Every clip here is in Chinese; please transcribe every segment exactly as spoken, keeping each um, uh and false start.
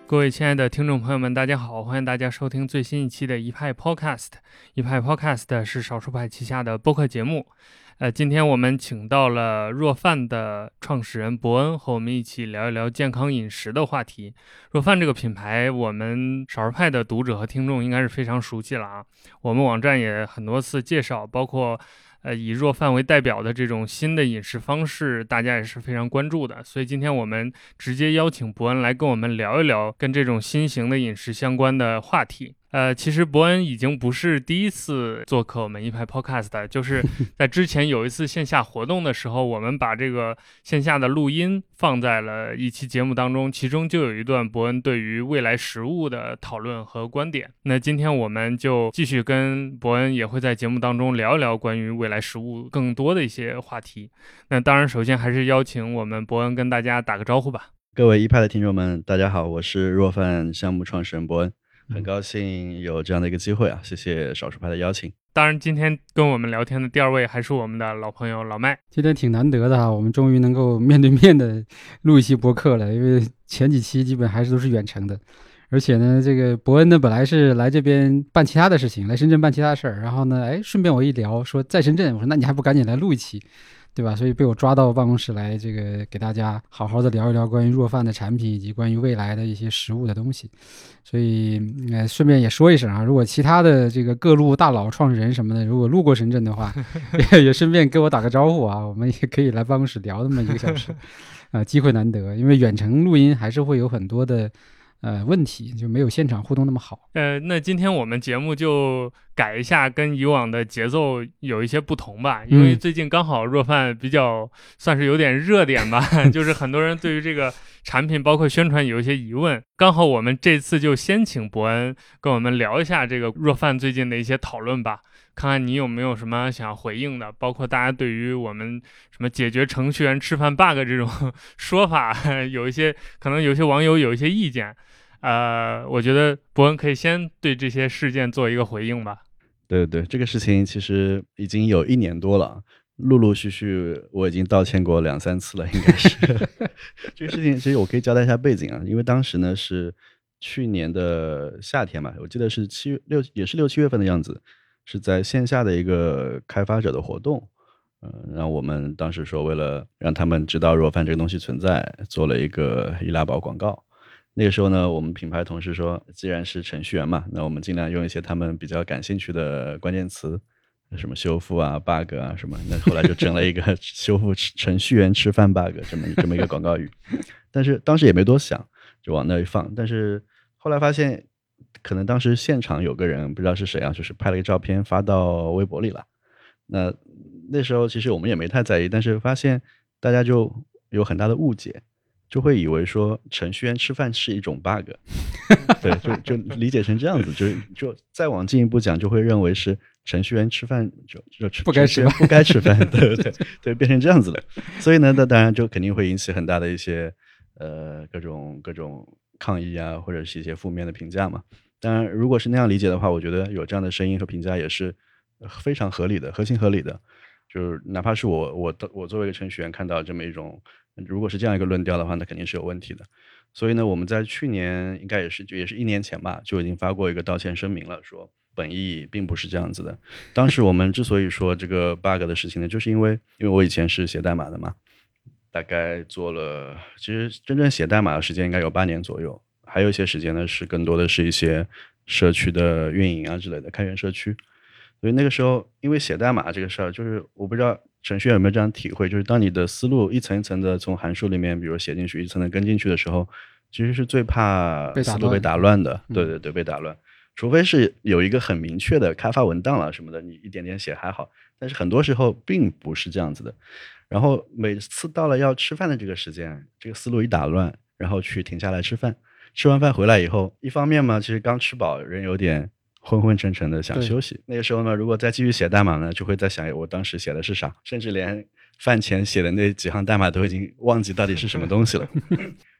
各位亲爱的听众朋友们，大家好，欢迎大家收听最新一期的一派 Podcast。一派 Podcast 是少数派旗下的播客节目。呃，今天我们请到了若饭的创始人伯恩，和我们一起聊一聊健康饮食的话题。若饭这个品牌，我们少数派的读者和听众应该是非常熟悉了啊。我们网站也很多次介绍，包括呃，以若饭为代表的这种新的饮食方式，大家也是非常关注的。所以今天我们直接邀请伯恩来跟我们聊一聊跟这种新型的饮食相关的话题。呃，其实伯恩已经不是第一次做客我们一派 Podcast， 就是在之前有一次线下活动的时候，我们把这个线下的录音放在了一期节目当中，其中就有一段伯恩对于未来食物的讨论和观点。那今天我们就继续跟伯恩也会在节目当中聊一聊关于未来食物更多的一些话题。那当然，首先还是邀请我们伯恩跟大家打个招呼吧。 各位一派的听众们，大家好，我是若饭项目创始人伯恩。很高兴有这样的一个机会啊，谢谢少数派的邀请。 当然，今天跟我们聊天的第二位还是我们的老朋友老麦。 今天挺难得的哈，我们终于能够面对面的录一期播客了，因为前几期基本还是都是远程的。而且呢，这个伯恩呢本来是来这边办其他的事情，来深圳办其他事儿，然后呢，哎，顺便我一聊说在深圳，我说那你还不赶紧来录一期，对吧？所以被我抓到办公室来，这个给大家好好的聊一聊关于若饭的产品以及关于未来的一些食物的东西。所以，呃，顺便也说一声啊，如果其他的这个各路大佬、创始人什么的，如果路过深圳的话，也, 也顺便跟我打个招呼啊，我们也可以来办公室聊那么一个小时，啊、呃，机会难得，因为远程录音还是会有很多的。呃，问题就没有现场互动那么好。 呃，那今天我们节目就改一下，跟以往的节奏有一些不同吧。因为最近刚好若饭比较算是有点热点吧，嗯、就是很多人对于这个产品包括宣传有一些疑问。刚好我们这次就先请伯恩跟我们聊一下这个若饭最近的一些讨论吧。看看你有没有什么想要回应的，包括大家对于我们什么解决程序员吃饭 bug 这种说法，有一些可能有些网友有一些意见。呃，我觉得伯恩可以先对这些事件做一个回应吧。 对对对，这个事情其实已经有一年多了，陆陆续续我已经道歉过两三次了，应该是。这个事情其实我可以交代一下背景啊，因为当时呢是去年的夏天嘛，我记得是七月六也是六七月份的样子，是在线下的一个开发者的活动。嗯、呃，让我们当时说为了让他们知道若饭这个东西存在，做了一个易拉宝广告。那个时候呢，我们品牌同事说，既然是程序员嘛，那我们尽量用一些他们比较感兴趣的关键词，什么修复啊 bug 啊什么，那后来就整了一个修复程序员吃饭 bug 这么这么一个广告语。但是当时也没多想，就往那一放。但是后来发现可能当时现场有个人不知道是谁啊，就是拍了一个照片发到微博里了。那那时候其实我们也没太在意，但是发现大家就有很大的误解，就会以为说程序员吃饭是一种 bug。 对，就就理解成这样子，就就再往进一步讲，就会认为是程序员吃饭就就不该吃饭， 不该吃饭。对对对，变成这样子了。所以呢，那当然就肯定会引起很大的一些呃各种各种抗议啊，或者是一些负面的评价嘛。当然如果是那样理解的话，我觉得有这样的声音和评价也是非常合理的，合情合理的。就是哪怕是我我我作为一个程序员看到这么一种，如果是这样一个论调的话，那肯定是有问题的。所以呢，我们在去年应该也是就也是一年前吧，就已经发过一个道歉声明了，说本意并不是这样子的。当时我们之所以说这个 bug 的事情呢，就是因为因为我以前是写代码的嘛，大概做了，其实真正写代码的时间应该有八年左右，还有一些时间呢是更多的是一些社区的运营啊之类的，开源社区。所以那个时候因为写代码这个事儿，就是我不知道程序员有没有这样体会，就是当你的思路一层一层的从函数里面比如写进去，一层的跟进去的时候，其实是最怕思路被打乱的。对对对，被打乱。除非是有一个很明确的开发文档了什么的，你一点点写还好，但是很多时候并不是这样子的。然后每次到了要吃饭的这个时间，这个思路一打乱，然后去停下来吃饭，吃完饭回来以后，一方面嘛，其实刚吃饱，人有点昏昏沉沉的想休息。那个时候呢，如果再继续写代码呢，就会在想我当时写的是啥，甚至连饭前写的那几行代码都已经忘记到底是什么东西了。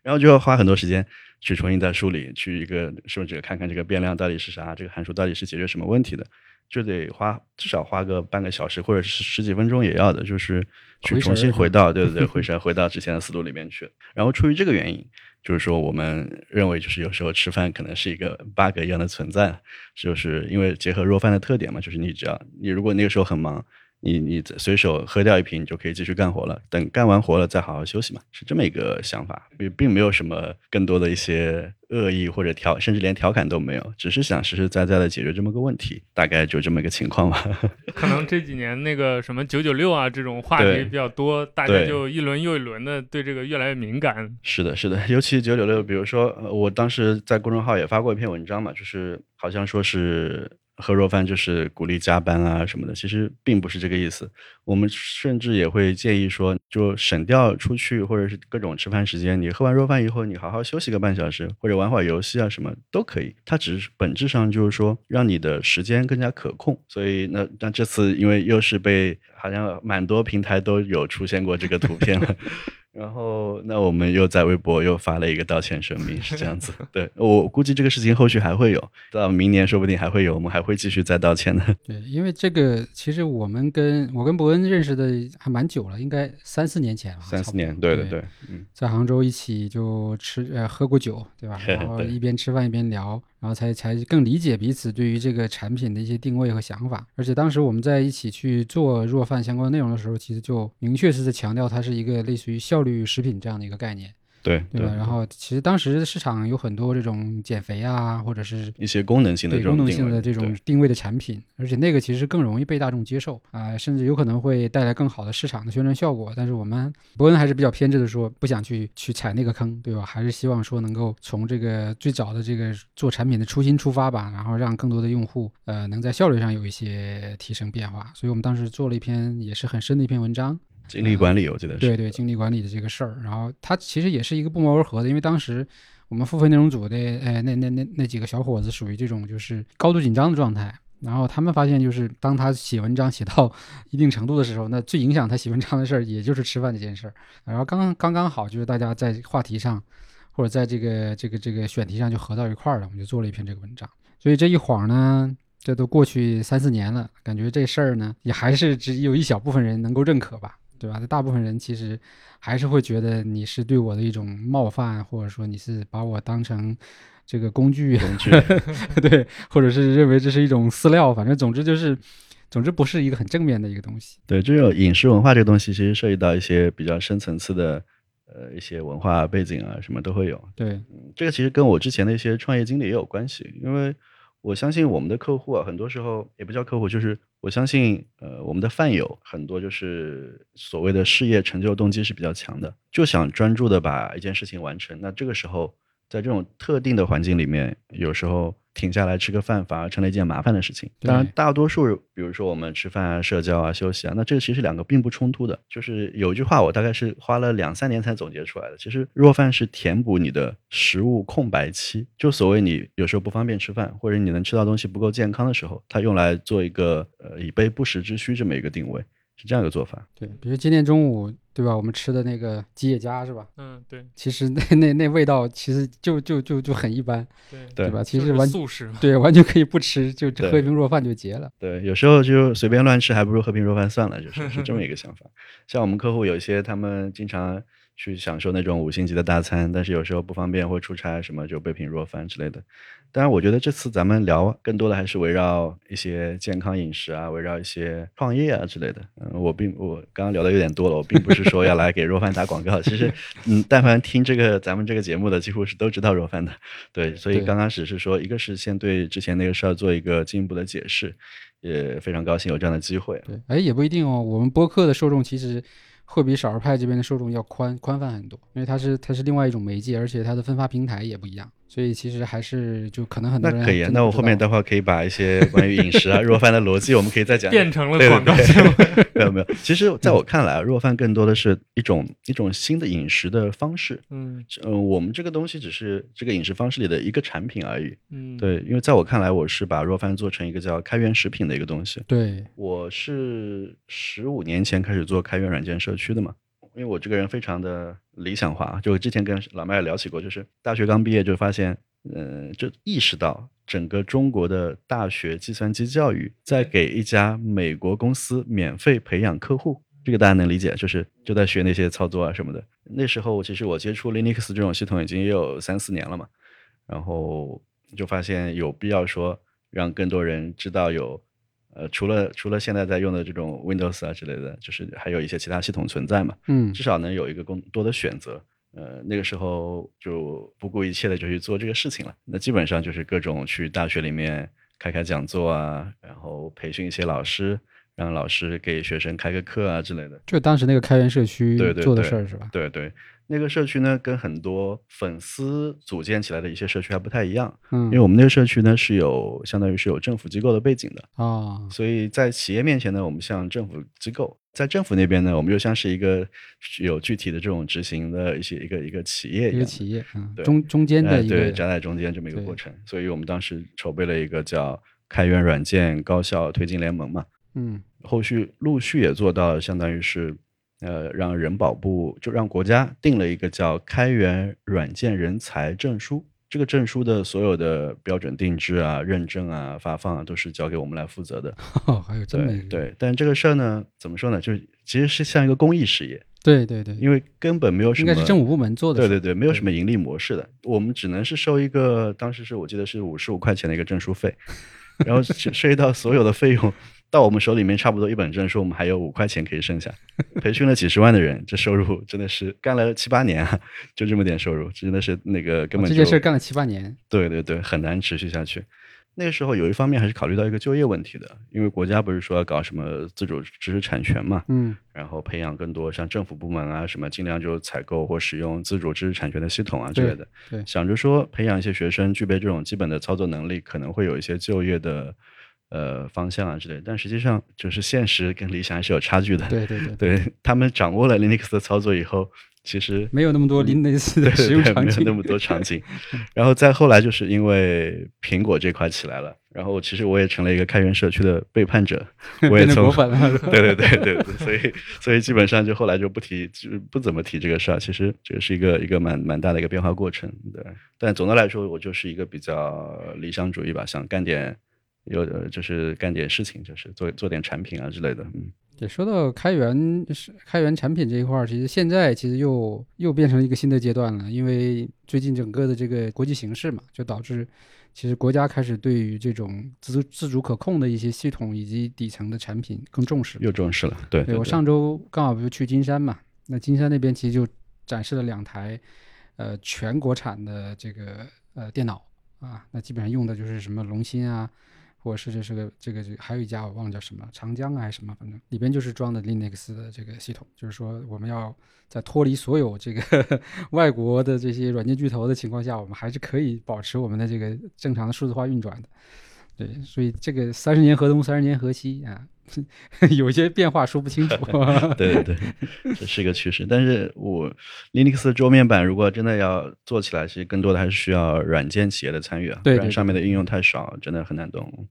然后就要花很多时间去重新再梳理，去一个甚至看看这个变量到底是啥，这个函数到底是解决什么问题的，就得花至少花个半个小时或者是十几分钟也要的，就是去重新回到对对对回神回到之前的思路里面去。然后出于这个原因，就是说我们认为就是有时候吃饭可能是一个 bug 一样的存在，就是因为结合若饭的特点嘛，就是你只要你如果那个时候很忙，你你随手喝掉一瓶，你就可以继续干活了。等干完活了再好好休息嘛，是这么一个想法，并并没有什么更多的一些恶意或者调，甚至连调侃都没有，只是想实实在在的解决这么个问题，大概就这么一个情况吧。 可能这几年那个什么九九六啊这种话题比较多，大家就一轮又一轮的对这个越来越敏感。 是的，是的，尤其九九六，比如说我当时在公众号也发过一篇文章嘛，就是好像说是。喝若饭就是鼓励加班啊什么的，其实并不是这个意思。我们甚至也会建议说，就省掉出去或者是各种吃饭时间，你喝完若饭以后，你好好休息个半小时，或者玩会儿游戏啊什么都可以。它只是本质上就是说，让你的时间更加可控。所以那那这次因为又是被好像蛮多平台都有出现过这个图片了。然后那我们又在微博又发了一个道歉声明，是这样子。对，我估计这个事情后续还会有，到明年说不定还会有，我们还会继续再道歉的。 对，因为这个其实我们跟我跟伯恩认识的还蛮久了，应该三四年前吧。 三四年，对对对，嗯， 在杭州一起就吃呃喝过酒，对吧？然后一边吃饭一边聊，然后才才更理解彼此对于这个产品的一些定位和想法。而且当时我们在一起去做若饭相关内容的时候，其实就明确是在强调它是一个类似于效率食品这样的一个概念。 对对吧？然后其实当时市场有很多这种减肥啊，或者是一些功能性的这种功能性的这种定位的产品，而且那个其实更容易被大众接受啊、呃，甚至有可能会带来更好的市场的宣传效果。但是我们伯恩还是比较偏执的说，不想去去踩那个坑，对吧？还是希望说能够从这个最早的这个做产品的初心出发吧，然后让更多的用户呃能在效率上有一些提升变化。所以我们当时做了一篇也是很深的一篇文章。 精力管理我记得是、 呃、对对精力管理的这个事儿，然后它其实也是一个不谋而合的，因为当时我们付费内容组的呃那那那那几个小伙子属于这种就是高度紧张的状态，然后他们发现就是当他写文章写到一定程度的时候，那最影响他写文章的事儿也就是吃饭这件事儿，然后刚刚刚好就是大家在话题上或者在这个这个这个选题上就合到一块儿了，我们就做了一篇这个文章。所以这一晃呢这都过去三四年了，感觉这事儿呢也还是只有一小部分人能够认可吧，对吧？大部分人其实还是会觉得你是对我的一种冒犯，或者说你是把我当成这个工具， 工具对，或者是认为这是一种饲料，反正总之就是总之不是一个很正面的一个东西。 对，这种饮食文化这个东西其实涉及到一些比较深层次的呃一些文化背景啊什么都会有。 对、 嗯、这个其实跟我之前的一些创业经历也有关系，因为我相信我们的客户啊，很多时候也不叫客户，就是我相信呃我们的饭友很多就是所谓的事业成就动机是比较强的，就想专注的把一件事情完成。那这个时候在这种特定的环境里面，有时候停下来吃个饭反而成了一件麻烦的事情。当然大多数比如说我们吃饭啊社交啊休息啊，那这个其实两个并不冲突的。就是有一句话我大概是花了两三年才总结出来的，其实若饭是填补你的食物空白期，就所谓你有时候不方便吃饭，或者你能吃到东西不够健康的时候，它用来做一个呃以备不时之需这么一个定位，是这样一个做法。 对，比如今天中午对吧，我们吃的那个吉野家是吧？ 嗯，对。 其实那那那味道其实就就就就很一般， 对对吧？其实完素食， 对，完全可以不吃，就喝一瓶若饭就结了。 对，有时候就随便乱吃，还不如喝瓶若饭算了，就是是这么一个想法。像我们客户有一些，他们经常去享受那种五星级的大餐，但是有时候不方便或出差什么，就备瓶若饭之类的。当然我觉得这次咱们聊更多的还是围绕一些健康饮食啊，围绕一些创业啊之类的。嗯，我并我刚刚聊的有点多了，我并不是说要来给若饭打广告。其实嗯，但凡听这个咱们这个节目的几乎是都知道若饭的。对，所以刚刚只是说一个是先对之前那个事儿做一个进一步的解释，也非常高兴有这样的机会。 对，哎，也不一定哦，我们播客的受众其实会比少儿派这边的受众要宽宽泛很多，因为它是它是另外一种媒介，而且它的分发平台也不一样，所以其实还是就可能很多人那可以啊，那我后面待会儿可以把一些关于饮食啊若饭的逻辑我们可以再讲， 变成了广告节目。 没有没有，其实在我看来啊，若饭更多的是一种一种新的饮食的方式。 嗯、 呃、我们这个东西只是这个饮食方式里的一个产品而已。 嗯， 对，因为在我看来，我是把若饭做成一个叫开源食品的一个东西。 对， 我是十五年前开始做开源软件社区的嘛。 因为我这个人非常的理想化，就之前跟老麦聊起过，就是大学刚毕业就发现，呃，就意识到整个中国的大学计算机教育在给一家美国公司免费培养客户，这个大家能理解，就是就在学那些操作啊什么的。那时候其实我接触 Linux 这种系统已经也有三四年了嘛，然后就发现有必要说让更多人知道有呃，除了除了现在在用的这种 Windows 啊之类的，就是还有一些其他系统存在嘛， 嗯， 至少能有一个更多的选择。呃，那个时候就不顾一切的就去做这个事情了。那基本上就是各种去大学里面开开讲座啊，然后培训一些老师，让老师给学生开个课啊之类的。 就当时那个开源社区对对做的对事儿是吧？ 对对，那个社区呢，跟很多粉丝组建起来的一些社区还不太一样， 嗯， 因为我们那个社区呢是有相当于是有政府机构的背景的， 哦， 所以在企业面前呢，我们像政府机构；在政府那边呢，我们又像是一个有具体的这种执行的一些一个一个企业一样的， 一个企业，嗯， 对中中间的哎一个， 对，夹在中间这么一个过程。所以我们当时筹备了一个叫开源软件高校推进联盟嘛， 嗯， 后续陆续也做到，相当于是呃，让人保部就让国家定了一个叫开源软件人才证书。这个证书的所有的标准定制啊、认证啊、发放啊，都是交给我们来负责的。 哦，还有这么一个， 对对，但这个事儿呢，怎么说呢？就是其实是像一个公益事业， 对对对， 因为根本没有什么， 应该是政府部门做的事， 对对对，没有什么盈利模式的，我们只能是收一个，当时是我记得是五十五块钱的一个证书费，然后涉及到所有的费用。到我们手里面差不多一本证书，我们还有五块钱可以剩下。培训了几十万的人，这收入真的是干了七八年啊，就这么点收入，真的是那个根本就、 哦、这件事干了七八年。 对对对，很难持续下去。那个时候有一方面还是考虑到一个就业问题的，因为国家不是说要搞什么自主知识产权嘛， 嗯， 然后培养更多像政府部门啊什么，尽量就采购或使用自主知识产权的系统啊之类的。 对，对想着说培养一些学生具备这种基本的操作能力，可能会有一些就业的。呃，方向啊之类的，但实际上就是现实跟理想还是有差距的。 对对对， 对他们掌握了 Linux 的操作以后，其实没有那么多 Linux 的使用场景， 没有那么多场景。然后再后来，就是因为苹果这块起来了，然后其实我也成了一个开源社区的背叛者，我也从果粉了。 对对对对对，所以所以基本上就后来就不提，就不怎么提这个事儿。其实这个是一个一个蛮蛮大的一个变化过程，对。但总的来说，我就是一个比较理想主义吧，想干点。有就是干点事情，就是做做点产品啊之类的。嗯， 也说到开源开源产品这一块，其实现在其实又又变成一个新的阶段了，因为最近整个的这个国际形势嘛，就导致其实国家开始对于这种自自主可控的一些系统以及底层的产品更重视， 又重视了。对 对, 对, 对，我上周刚好不是去金山嘛，那金山那边其实就展示了两台呃全国产的这个呃电脑啊，那基本上用的就是什么龙芯啊。或者是这是个这个这个还有一家我忘了叫什么长江还是什么，反正里边就是装的 Linux 的这个系统，就是说我们要在脱离所有这个呵呵外国的这些软件巨头的情况下，我们还是可以保持我们的这个正常的数字化运转的。对，所以这个三十年河东三十年河西啊，有些变化说不清楚。 对对对，这是一个趋势。但是我 Linux 的桌面版如果真的要做起来，其实更多的还是需要软件企业的参与啊， 对对对， 不然上面的应用太少，真的很难懂。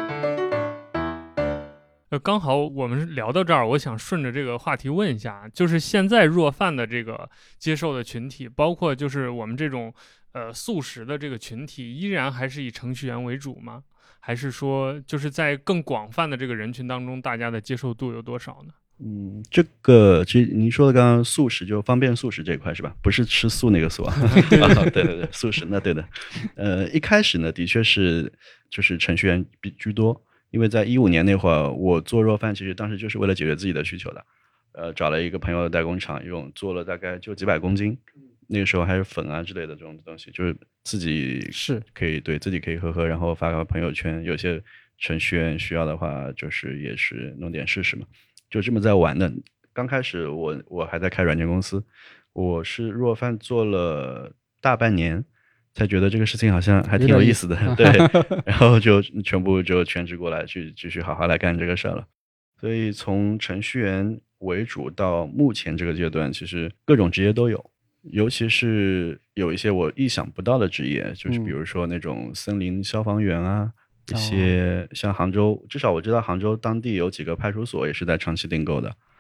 呃，刚好我们聊到这儿，我想顺着这个话题问一下，就是现在弱饭的这个接受的群体，包括就是我们这种呃素食的这个群体，依然还是以程序员为主吗？还是说就是在更广泛的这个人群当中，大家的接受度有多少呢？ 嗯，这个其实您说的刚刚素食就方便素食这一块是吧？不是吃素那个素啊？啊对对对，素食那对的。呃，一开始呢，的确是就是程序员比居多，因为在一五年那会儿，我做弱饭其实当时就是为了解决自己的需求的。呃，找了一个朋友的代工厂用，做了大概就几百公斤。那个时候还是粉啊之类的这种东西，就是自己是可以对自己可以喝喝，然后发个朋友圈。有些程序员需要的话，就是也是弄点试试嘛，就这么在玩的。刚开始我我还在开软件公司，我是弱饭做了大半年，才觉得这个事情好像还挺有意思的，对，然后就全部就全职过来去继续好好来干这个事儿了。所以从程序员为主到目前这个阶段，其实各种职业都有。尤其是有一些我意想不到的职业，就是比如说那种森林消防员啊，嗯、一些像杭州，至少我知道杭州当地有几个派出所也是在长期订购的。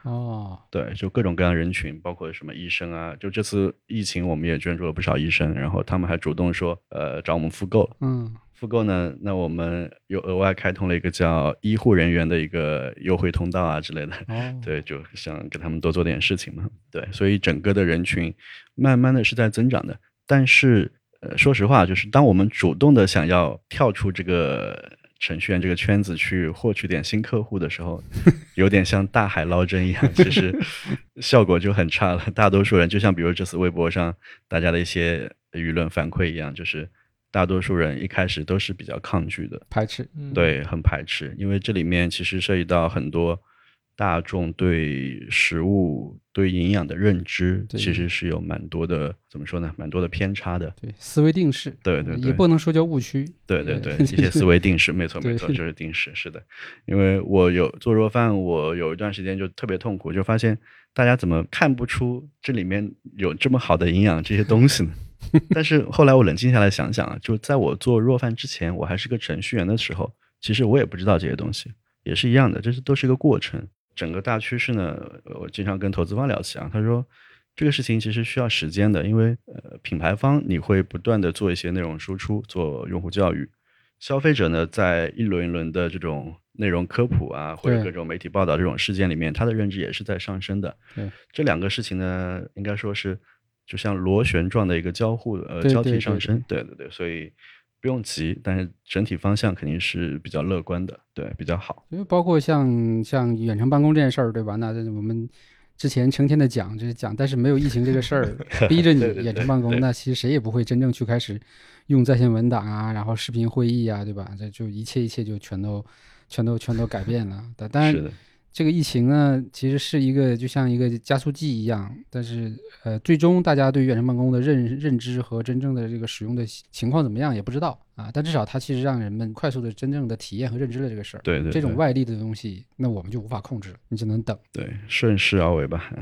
哦， 对，就各种各样人群，包括什么医生啊，就这次疫情我们也捐助了不少医生，然后他们还主动说，呃，找我们复购。 嗯， 复购呢，那我们又额外开通了一个叫医护人员的一个优惠通道啊之类的。 哦， 对，就想给他们多做点事情嘛。对，所以整个的人群慢慢的是在增长的，但是呃，说实话，就是当我们主动的想要跳出这个程序员这个圈子去获取点新客户的时候，有点像大海捞针一样，其实效果就很差了。大多数人就像比如这次微博上大家的一些舆论反馈一样，就是大多数人一开始都是比较抗拒的， 排斥， 嗯， 对，很排斥，因为这里面其实涉及到很多大众对食物、对营养的认知， 对其实是有蛮多的，怎么说呢？蛮多的偏差的。 对，思维定式， 对对对也不能说叫误区， 对对对，一些思维定式，没错对没错，就是定式，是的。因为我有做弱饭，我有一段时间就特别痛苦，就发现大家怎么看不出这里面有这么好的营养这些东西呢？但是后来我冷静下来想想啊，就在我做弱饭之前，我还是个程序员的时候，其实我也不知道这些东西，也是一样的，这是都是一个过程。整个大趋势呢，我经常跟投资方聊起啊，他说这个事情其实需要时间的，因为呃品牌方你会不断的做一些内容输出，做用户教育，消费者呢在一轮一轮的这种内容科普啊，或者各种媒体报道这种事件里面，他的认知也是在上升的。 对， 这两个事情呢，应该说是就像螺旋状的一个交互呃交对对对替上升，对对对，所以不用急，但是整体方向肯定是比较乐观的，对，比较好。 因为包括像像远程办公这件事儿，对吧？那这我们之前成天的讲，就是讲，但是没有疫情这个事儿逼着你对对对远程办公，那其实谁也不会真正去开始用在线文档啊，然后视频会议啊，对吧？这就一切一切就全都全都全都改变了。但当然是的， 这个疫情呢，其实是一个就像一个加速剂一样，但是呃，最终大家对远程办公的认认知和真正的这个使用的情况怎么样也不知道啊。但至少它其实让人们快速的真正的体验和认知了这个事儿。 对对对， 这种外力的东西，那我们就无法控制了，你只能等。 对，顺势而为吧。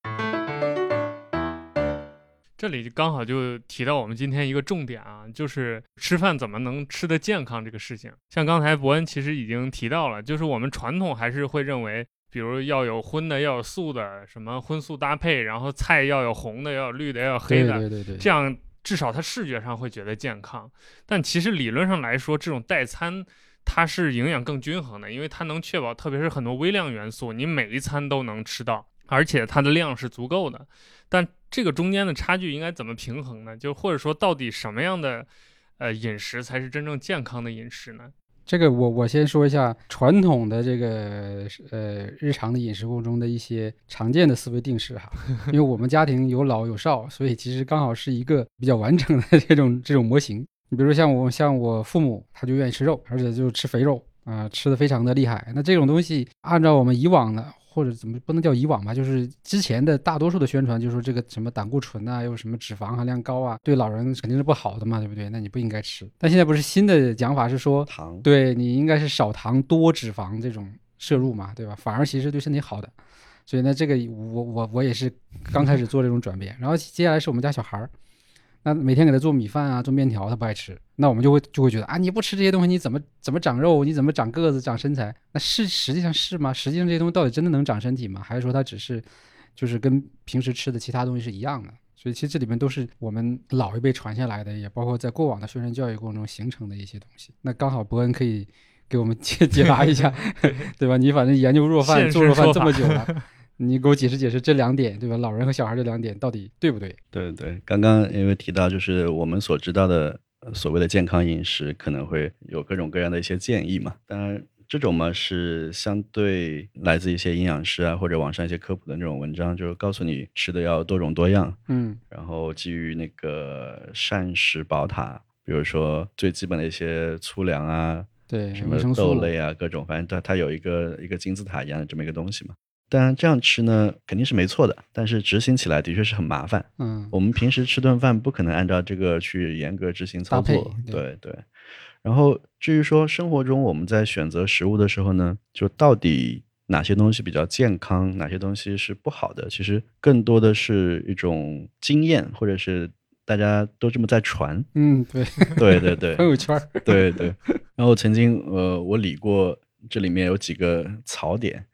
这里刚好就提到我们今天一个重点啊，就是吃饭怎么能吃得健康这个事情。像刚才伯恩其实已经提到了，就是我们传统还是会认为，比如要有荤的，要有素的，什么荤素搭配，然后菜要有红的，要有绿的，要有黑的， 对对对对， 这样至少它视觉上会觉得健康。但其实理论上来说，这种代餐它是营养更均衡的，因为它能确保，特别是很多微量元素，你每一餐都能吃到，而且它的量是足够的。但这个中间的差距应该怎么平衡呢？就或者说到底什么样的呃饮食才是真正健康的饮食呢？ 这个我我先说一下传统的这个呃日常的饮食过程中的一些常见的思维定式哈，因为我们家庭有老有少，所以其实刚好是一个比较完整的这种这种模型。你比如像我像我父母，他就愿意吃肉，而且就吃肥肉啊、呃，吃的非常的厉害。那这种东西按照我们以往的，或者怎么不能叫以往吧，就是之前的大多数的宣传，就是说这个什么胆固醇啊，又什么脂肪含量高啊，对老人肯定是不好的嘛，对不对？那你不应该吃。但现在不是新的讲法是说， 糖， 对你应该是少糖多脂肪这种摄入嘛，对吧？反而其实对身体好的。所以呢，这个我我我也是刚开始做这种转变。然后接下来是我们家小孩儿。那每天给他做米饭啊，做面条，他不爱吃，那我们就会就会觉得啊，你不吃这些东西，你怎么怎么长肉，你怎么长个子、长身材？那是实际上是吗？实际上这些东西到底真的能长身体吗？还是说它只是就是跟平时吃的其他东西是一样的？所以其实这里面都是我们老一辈传下来的，也包括在过往的宣传教育过程中形成的一些东西。那刚好伯恩可以给我们解解答一下，对吧？你反正研究弱饭、做弱饭这么久了。你给我解释解释这两点，对吧？老人和小孩这两点到底对不对？ 对对，刚刚因为提到就是我们所知道的所谓的健康饮食，可能会有各种各样的一些建议嘛。当然，这种嘛是相对来自一些营养师啊，或者网上一些科普的那种文章，就是告诉你吃的要多种多样， 嗯， 然后基于那个膳食宝塔，比如说最基本的一些粗粮啊， 对， 什么豆类啊，各种，反正它它有一个一个金字塔一样的这么一个东西嘛。当然这样吃呢肯定是没错的，但是执行起来的确是很麻烦。 嗯， 我们平时吃顿饭不可能按照这个去严格执行操作， 对对, 对。然后至于说生活中我们在选择食物的时候呢，就到底哪些东西比较健康，哪些东西是不好的，其实更多的是一种经验，或者是大家都这么在传。 嗯，对， 对对对， 朋友圈， 对对。然后曾经呃，我理过这里面有几个槽点。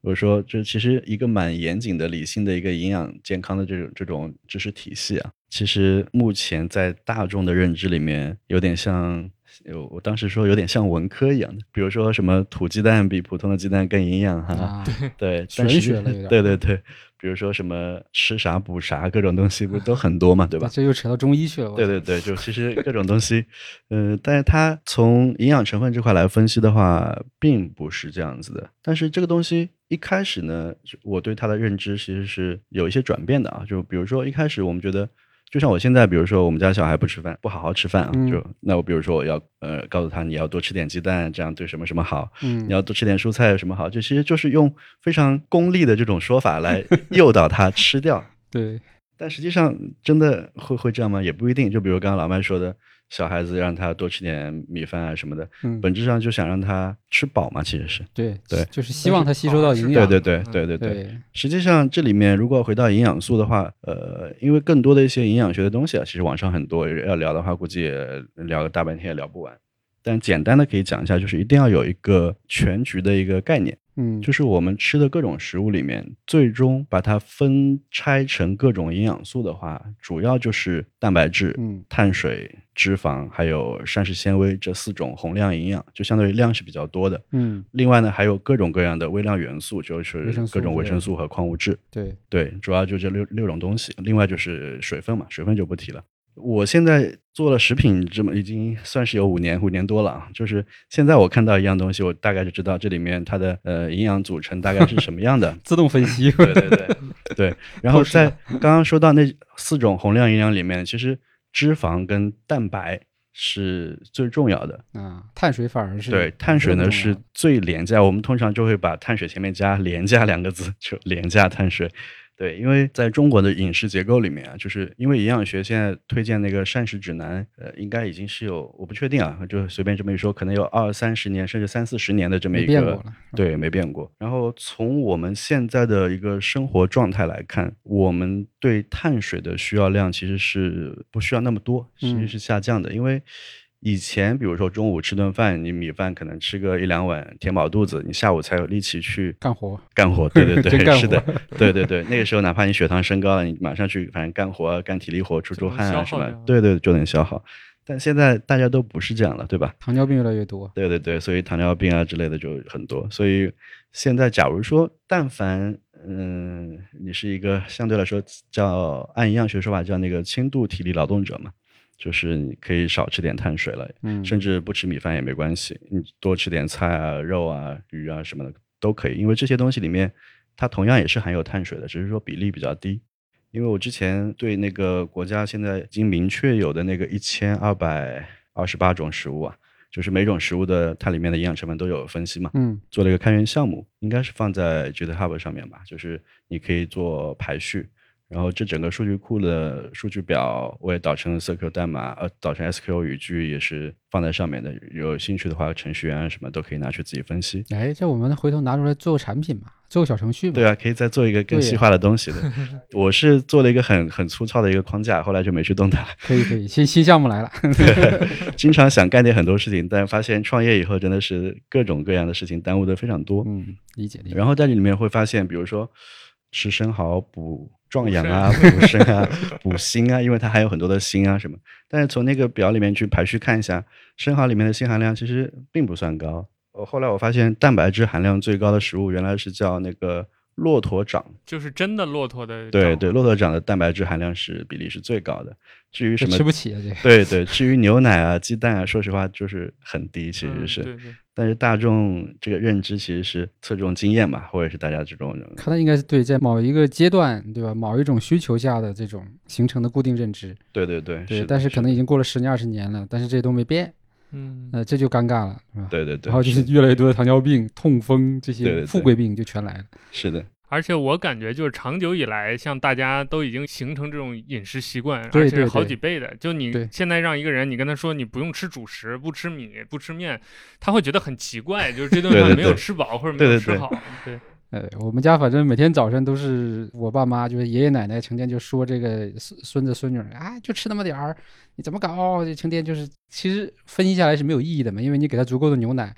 我说这其实一个蛮严谨的理性的一个营养健康的这种这种知识体系啊，其实目前在大众的认知里面有点像，我当时说有点像文科一样的，比如说什么土鸡蛋比普通的鸡蛋更营养哈、啊，对， 玄学了有点， 对对对，比如说什么吃啥补啥，各种东西不都很多嘛，对吧？ 这又扯到中医去了。 对对对，就其实各种东西，呃，但是它从营养成分这块来分析的话，并不是这样子的。但是这个东西一开始呢，我对它的认知其实是有一些转变的啊。就比如说一开始我们觉得，就像我现在，比如说我们家小孩不吃饭，不好好吃饭啊， 嗯、 就那我比如说我要呃告诉他你要多吃点鸡蛋，这样对什么什么好， 嗯， 你要多吃点蔬菜有什么好，这其实就是用非常功利的这种说法来诱导他吃掉。 对， 但实际上真的会会这样吗？也不一定。就比如刚刚老麦说的，小孩子让他多吃点米饭啊什么的， 嗯， 本质上就想让他吃饱嘛，其实是对对， 就是希望他吸收到营养。 对对对对对对。 对， 实际上这里面如果回到营养素的话，呃，因为更多的一些营养学的东西啊，其实网上很多，要聊的话估计也聊个大半天也聊不完。但简单的可以讲一下，就是一定要有一个全局的一个概念。 嗯， 就是我们吃的各种食物里面，最终把它分拆成各种营养素的话，主要就是蛋白质、 嗯、 碳水、脂肪还有膳食纤维这四种宏量营养，就相对于量是比较多的。 嗯， 另外呢，还有各种各样的微量元素，就是各种维生素和矿物质。 对对，主要就这六六种东西。另外就是水分嘛，水分就不提了。我现在做了食品这么已经算是有五年五年多了啊，就是现在我看到一样东西，我大概就知道这里面它的呃营养组成大概是什么样的， 自动分析。 对对对对。然后在刚刚说到那四种宏量营养里面，其实脂肪跟蛋白是最重要的啊，碳水反而是对，碳水呢是最廉价，我们通常就会把碳水前面加廉价两个字，就廉价碳水。对，因为在中国的饮食结构里面啊，就是因为营养学现在推荐那个膳食指南，呃，应该已经是有，我不确定啊，就随便这么一说，可能有二三十年甚至三四十年的这么一个， 没变过了， 对，没变过。然后从我们现在的一个生活状态来看，我们对碳水的需要量其实是不需要那么多，其实是下降的，嗯、因为以前比如说中午吃顿饭，你米饭可能吃个一两碗填饱肚子，你下午才有力气去干活干活。对对对，是的，对对对，那个时候哪怕你血糖升高了，你马上去反正干活干体力活出出汗啊什么，对对就能消耗。但现在大家都不是这样了，对吧？ 糖尿病越来越多， 对对对，所以糖尿病啊之类的就很多。所以现在假如说但凡嗯你是一个相对来说叫按营养学说法叫那个轻度体力劳动者嘛，就是你可以少吃点碳水了， 嗯， 甚至不吃米饭也没关系，你多吃点菜啊、肉啊、鱼啊什么的都可以，因为这些东西里面它同样也是含有碳水的，只是说比例比较低。因为我之前对那个国家现在已经明确有的那个一千二百二十八种食物啊，就是每种食物的它里面的营养成分都有分析嘛， 嗯， 做了一个开源项目，应该是放在 GitHub 上面吧，就是你可以做排序。然后这整个数据库的数据表我也导成色 Q 代码，呃，导成 S Q L 语句也是放在上面的。有兴趣的话，程序员什么都可以拿去自己分析。 哎，这我们回头拿出来做个产品嘛，做个小程序嘛。 对啊，可以再做一个更细化的东西的。我是做了一个很很粗糙的一个框架，后来就没去动它。 可以可以，新新项目来了。 经常想干点很多事情，但发现创业以后真的是各种各样的事情耽误的非常多。 嗯，理解理解。 然后在这里面会发现，比如说吃生蚝补壮阳啊，补肾啊，补锌啊，因为它还有很多的锌啊什么。但是从那个表里面去排序看一下，生蚝里面的锌含量其实并不算高。后来我发现蛋白质含量最高的食物原来是叫那个骆驼掌， 就是真的骆驼的。 对对，骆驼掌的蛋白质含量是比例是最高的。至于什么吃不起啊，这个。 对对，至于牛奶啊、鸡蛋啊，说实话就是很低，其实是。 嗯、对对。 但是大众这个认知其实是侧重经验嘛，或者是大家这种看来应该是对在某一个阶段，对吧？某一种需求下的这种形成的固定认知。 对对对对，但是可能已经过了十年二十年了，但是这都没变。 嗯， 呃，这就尴尬了，是吧？ 对对对。 然后就是越来越多的糖尿病、痛风这些富贵病就全来了。 是的。 而且我感觉就是长久以来，像大家都已经形成这种饮食习惯， 对对对， 而且是好几倍的。就你对现在让一个人，你跟他说你不用吃主食，不吃米，不吃面，他会觉得很奇怪，就是这顿饭没有吃饱或者没有吃好。对。 呃，我们家反正每天早晨都是我爸妈，就是爷爷奶奶成天就说这个孙子孙女啊，就吃那么点儿，你怎么搞？成天就是，其实分析下来是没有意义的嘛，因为你给他足够的牛奶，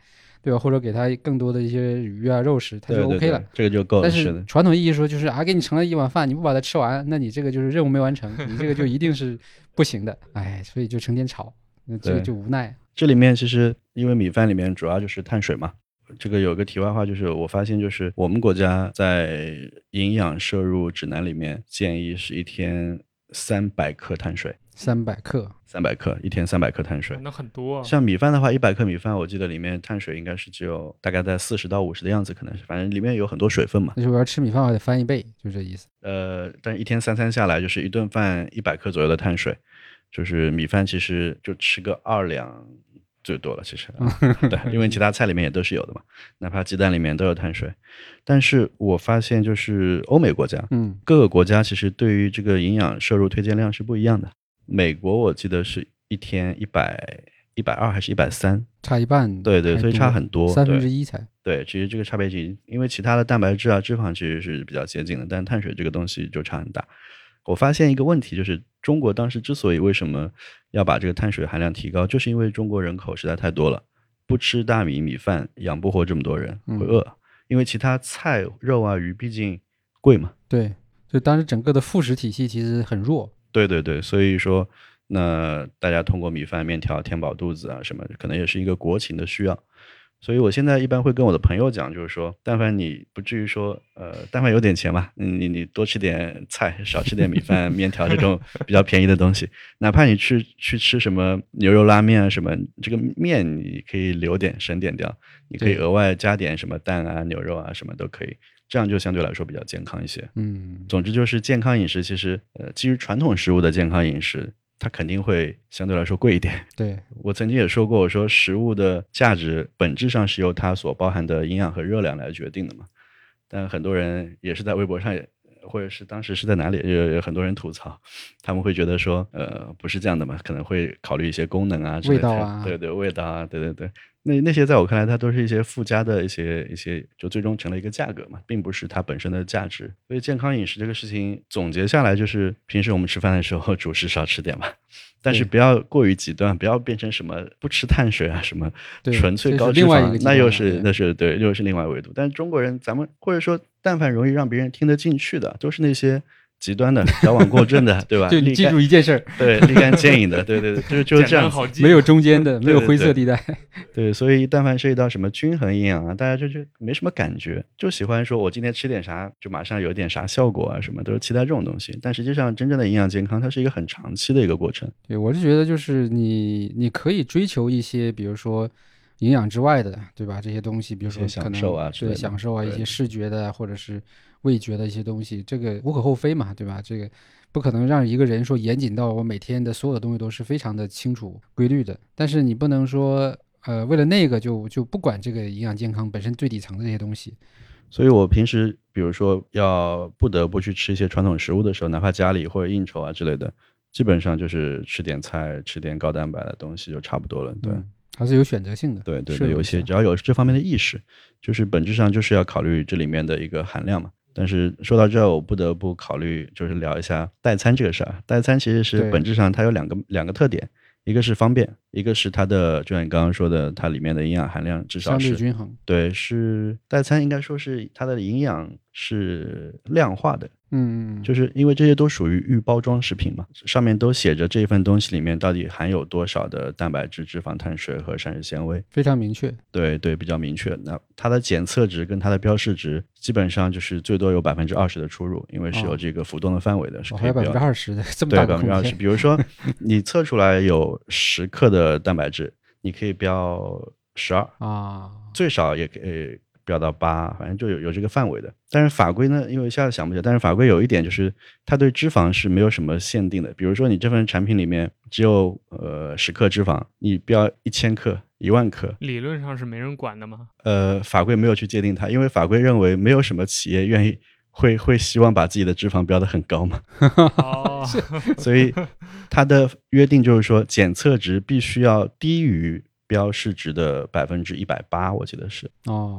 对吧？或者给他更多的一些鱼啊肉食，他就 OK 了。 对对对，这个就够了。 但是的， 是传统意义说就是啊，给你盛了一碗饭，你不把它吃完，那你这个就是任务没完成，你这个就一定是不行的。哎，所以就成天吵，那这个就无奈。 这里面其实因为米饭里面主要就是碳水嘛。这个有个题外话，就是我发现就是我们国家在营养摄入指南里面建议是一天三百克碳水。 三百克， 三百克，一天三百克碳水， 那很多啊。 像米饭的话，一百克米饭，我记得里面碳水应该是只有大概在四十到五十的样子，可能是，反正里面有很多水分嘛。 那就我要吃米饭，我得翻一倍，就这意思。 呃，但一天三餐下来，就是一顿饭一百克左右的碳水，就是米饭其实就吃个二两最多了，其实、啊、对，因为其他菜里面也都是有的嘛，哪怕鸡蛋里面都有碳水。但是我发现就是欧美国家， 嗯， 各个国家其实对于这个营养摄入推荐量是不一样的。美国我记得是一天一百一百二还是一百三， 差一半。 对对，所以差很多， 三分之一才。 对，其实这个差别其因为其他的蛋白质啊、脂肪其实是比较接近的，但碳水这个东西就差很大。我发现一个问题，就是中国当时之所以为什么要把这个碳水含量提高，就是因为中国人口实在太多了，不吃大米米饭养不活这么多人，会饿。嗯、因为其他菜肉啊鱼毕竟贵嘛。 对，就当时整个的副食体系其实很弱。 对对对，所以说那大家通过米饭面条填饱肚子啊什么，可能也是一个国情的需要。所以我现在一般会跟我的朋友讲，就是说但凡你不至于说呃但凡有点钱嘛，你你多吃点菜，少吃点米饭面条这种比较便宜的东西，哪怕你去去吃什么牛肉拉面啊什么，这个面你可以留点省点掉，你可以额外加点什么蛋啊牛肉啊什么都可以，这样就相对来说比较健康一些。 嗯， 总之就是健康饮食其实呃基于传统食物的健康饮食，它肯定会相对来说贵一点。 对， 我曾经也说过，我说食物的价值本质上是由它所包含的营养和热量来决定的嘛。但很多人也是在微博上也或者是当时是在哪里有有很多人吐槽，他们会觉得说呃不是这样的嘛，可能会考虑一些功能啊之类的， 味道啊， 对对味道啊，对对对，那那些在我看来它都是一些附加的一些一些就最终成了一个价格嘛，并不是它本身的价值。所以健康饮食这个事情总结下来就是平时我们吃饭的时候主食少吃点嘛，但是不要过于极端，不要变成什么不吃碳水啊什么纯粹高脂肪，那又是那是对又是另外维度。但是中国人咱们或者说但凡容易让别人听得进去的都是那些极端的矫枉过正的对吧？ 就你记住一件事， 对，立竿见影的，对对对，就是就是这样， 没有中间的，没有灰色地带。 对, 对, 对, 对，所以但凡涉及到什么均衡营养啊，大家就就没什么感觉，就喜欢说我今天吃点啥就马上有点啥效果啊，什么都是期待这种东西。但实际上真正的营养健康它是一个很长期的一个过程。 对，我是觉得就是你你可以追求一些比如说营养之外的，对吧？这些东西比如说可能享受啊， 对享受啊，一些视觉的或者是味觉的一些东西，这个无可厚非嘛，对吧？这个不可能让一个人说严谨到我每天的所有的东西都是非常的清楚规律的，但是你不能说呃为了那个就就不管这个营养健康本身最底层的这些东西。 所以我平时比如说要不得不去吃一些传统食物的时候，哪怕家里或者应酬啊之类的，基本上就是吃点菜吃点高蛋白的东西就差不多了。对、嗯， 还是有选择性的。 对对对，有一些只要有这方面的意识，就是本质上就是要考虑这里面的一个含量嘛。但是说到这儿我不得不考虑就是聊一下代餐这个事儿。代餐其实是本质上它有两个两个特点，一个是方便，一个是它的就像你刚刚说的它里面的营养含量至少是相对均衡。 对，是代餐应该说是它的营养是量化的。 嗯， 就是因为这些都属于预包装食品嘛，上面都写着这份东西里面到底含有多少的蛋白质、脂肪、碳水和膳食纤维， 非常明确。对对，比较明确。那它的检测值跟它的标示值基本上就是最多有百分之二十的出入，因为是有这个浮动的范围的，哦、是可以还有百分之二十的这么大的空间。 对，百分之二十。比如说你测出来有十克的蛋白质，你可以标十二啊， 最少也可以标到八，反正就有有这个范围的。但是法规呢，因为一下子想不起来，但是法规有一点就是它对脂肪是没有什么限定的。比如说你这份产品里面只有呃十克脂肪，你标一千克、一万克， 理论上是没人管的吗？ 呃，法规没有去界定它，因为法规认为没有什么企业愿意会会希望把自己的脂肪标得很高嘛。 哦， 所以它的约定就是说检测值必须要低于标示值的百分之一百八，我记得是。 哦， 对。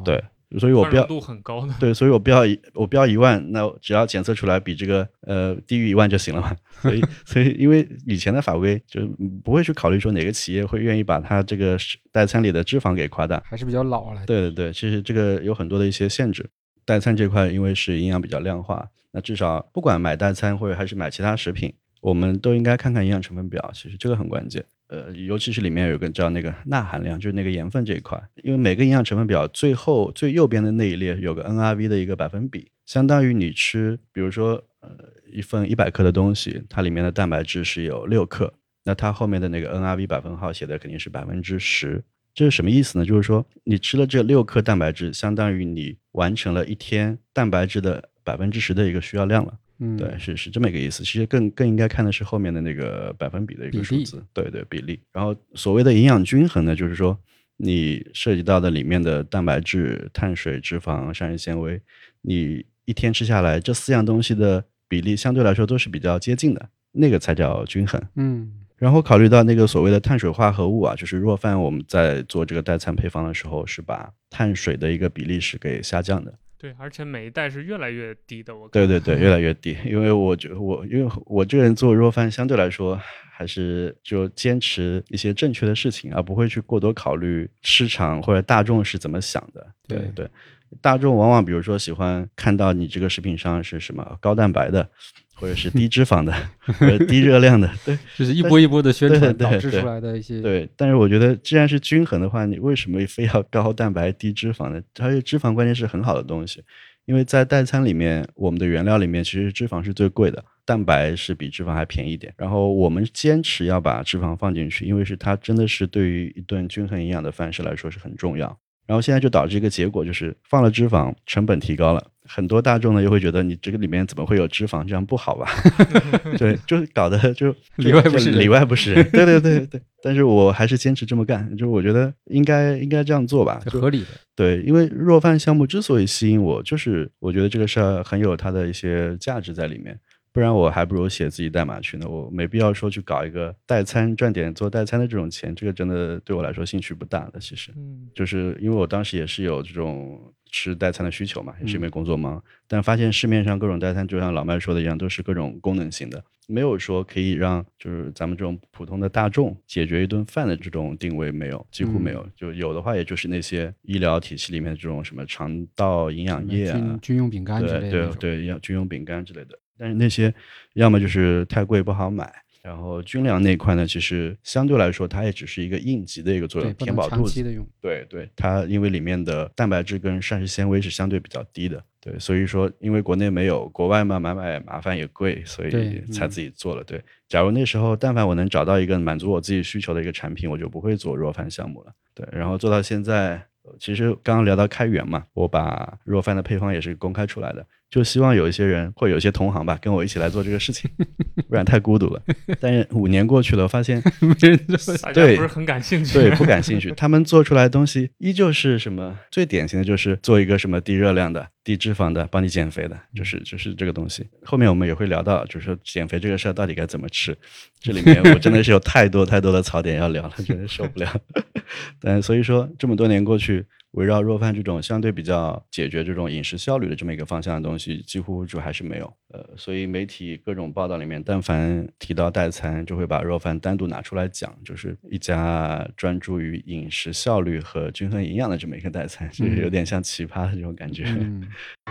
所以我标度很高的， 对，所以我标我标一万，那只要检测出来比这个呃低于一万就行了嘛。所以所以因为以前的法规就不会去考虑说哪个企业会愿意把它这个代餐里的脂肪给夸大， 还是比较老了。 对对对，其实这个有很多的一些限制。代餐这块因为是营养比较量化，那至少不管买代餐或者还是买其他食品，我们都应该看看营养成分表，其实这个很关键。呃，尤其是里面有个叫那个钠含量，就是那个盐分这一块，因为每个营养成分表最后最右边的那一列有个 N R V 的一个百分比，相当于你吃，比如说呃一份一百克的东西，它里面的蛋白质是有六克，那它后面的那个 N R V 百分号写的肯定是百分之十。这是什么意思呢？就是说你吃了这六克蛋白质，相当于你完成了一天蛋白质的百分之十的一个需要量了。嗯，对，是是这么一个意思。其实更更应该看的是后面的那个百分比的一个数字，对对，比例。然后所谓的营养均衡呢，就是说你涉及到的里面的蛋白质、碳水、脂肪、膳食纤维，你一天吃下来这四样东西的比例相对来说都是比较接近的，那个才叫均衡。 嗯。 然后考虑到那个所谓的碳水化合物啊，就是若饭我们在做这个代餐配方的时候，是把碳水的一个比例是给下降的。 对，而且每一代是越来越低的。我对对对，越来越低。因为我觉我因为我这个人做若饭相对来说还是就坚持一些正确的事情，而不会去过多考虑市场或者大众是怎么想的。对 对, 对，大众往往比如说喜欢看到你这个食品上是什么高蛋白的，或者是低脂肪的或者低热量的，对， 就是一波一波的宣传导致出来的一些。 对, 对, 对, 对，但是我觉得既然是均衡的话，你为什么非要高蛋白低脂肪呢？而且脂肪关键是很好的东西，因为在代餐里面我们的原料里面其实脂肪是最贵的，蛋白是比脂肪还便宜一点，然后我们坚持要把脂肪放进去，因为是它真的是对于一顿均衡营养的饭食来说是很重要。然后现在就导致一个结果，就是放了脂肪成本提高了，很多大众呢又会觉得你这个里面怎么会有脂肪，这样不好吧？对，就搞得就里外不是人， 里外不是人。对对对对，但是我还是坚持这么干，就我觉得应该应该这样做吧， 就合理的。 对，因为若饭项目之所以吸引我，就是我觉得这个事儿很有它的一些价值在里面。不然我还不如写自己代码去呢，我没必要说去搞一个代餐赚点做代餐的这种钱，这个真的对我来说兴趣不大的。其实、嗯、就是因为我当时也是有这种吃代餐的需求嘛，也是因为工作忙、嗯、但发现市面上各种代餐就像老麦说的一样，都是各种功能性的，没有说可以让就是咱们这种普通的大众解决一顿饭的这种定位，没有，几乎没有、嗯、就有的话也就是那些医疗体系里面的这种什么肠道营养液啊、 军, 军用饼干之类的， 对对对，军用饼干之类的，但是那些要么就是太贵不好买，然后军粮那块呢，其实相对来说它也只是一个应急的一个作用，填饱肚子的用。对对，它因为里面的蛋白质跟膳食纤维是相对比较低的，对，所以说因为国内没有，国外嘛买买麻烦也贵，所以才自己做了。 对, 对，假如那时候但凡我能找到一个满足我自己需求的一个产品，我就不会做若饭项目了。对，然后做到现在，其实刚刚聊到开源嘛，我把若饭的配方也是公开出来的，就希望有一些人或有一些同行吧跟我一起来做这个事情，不然太孤独了。但是五年过去了，我发现没人做，大家不是很感兴趣。 对，不感兴趣。他们做出来的东西依旧是什么？最典型的就是做一个什么低热量的、低脂肪的，帮你减肥的，就是就是这个东西。后面我们也会聊到，就是说减肥这个事儿到底该怎么吃。这里面我真的是有太多太多的槽点要聊了，真的受不了。但所以说这么多年过去，围绕若饭这种相对比较解决这种饮食效率的这么一个方向的东西，几乎就还是没有。呃，所以媒体各种报道里面，但凡提到代餐，就会把若饭单独拿出来讲，就是一家专注于饮食效率和均衡营养的这么一个代餐，就是有点像奇葩的这种感觉。嗯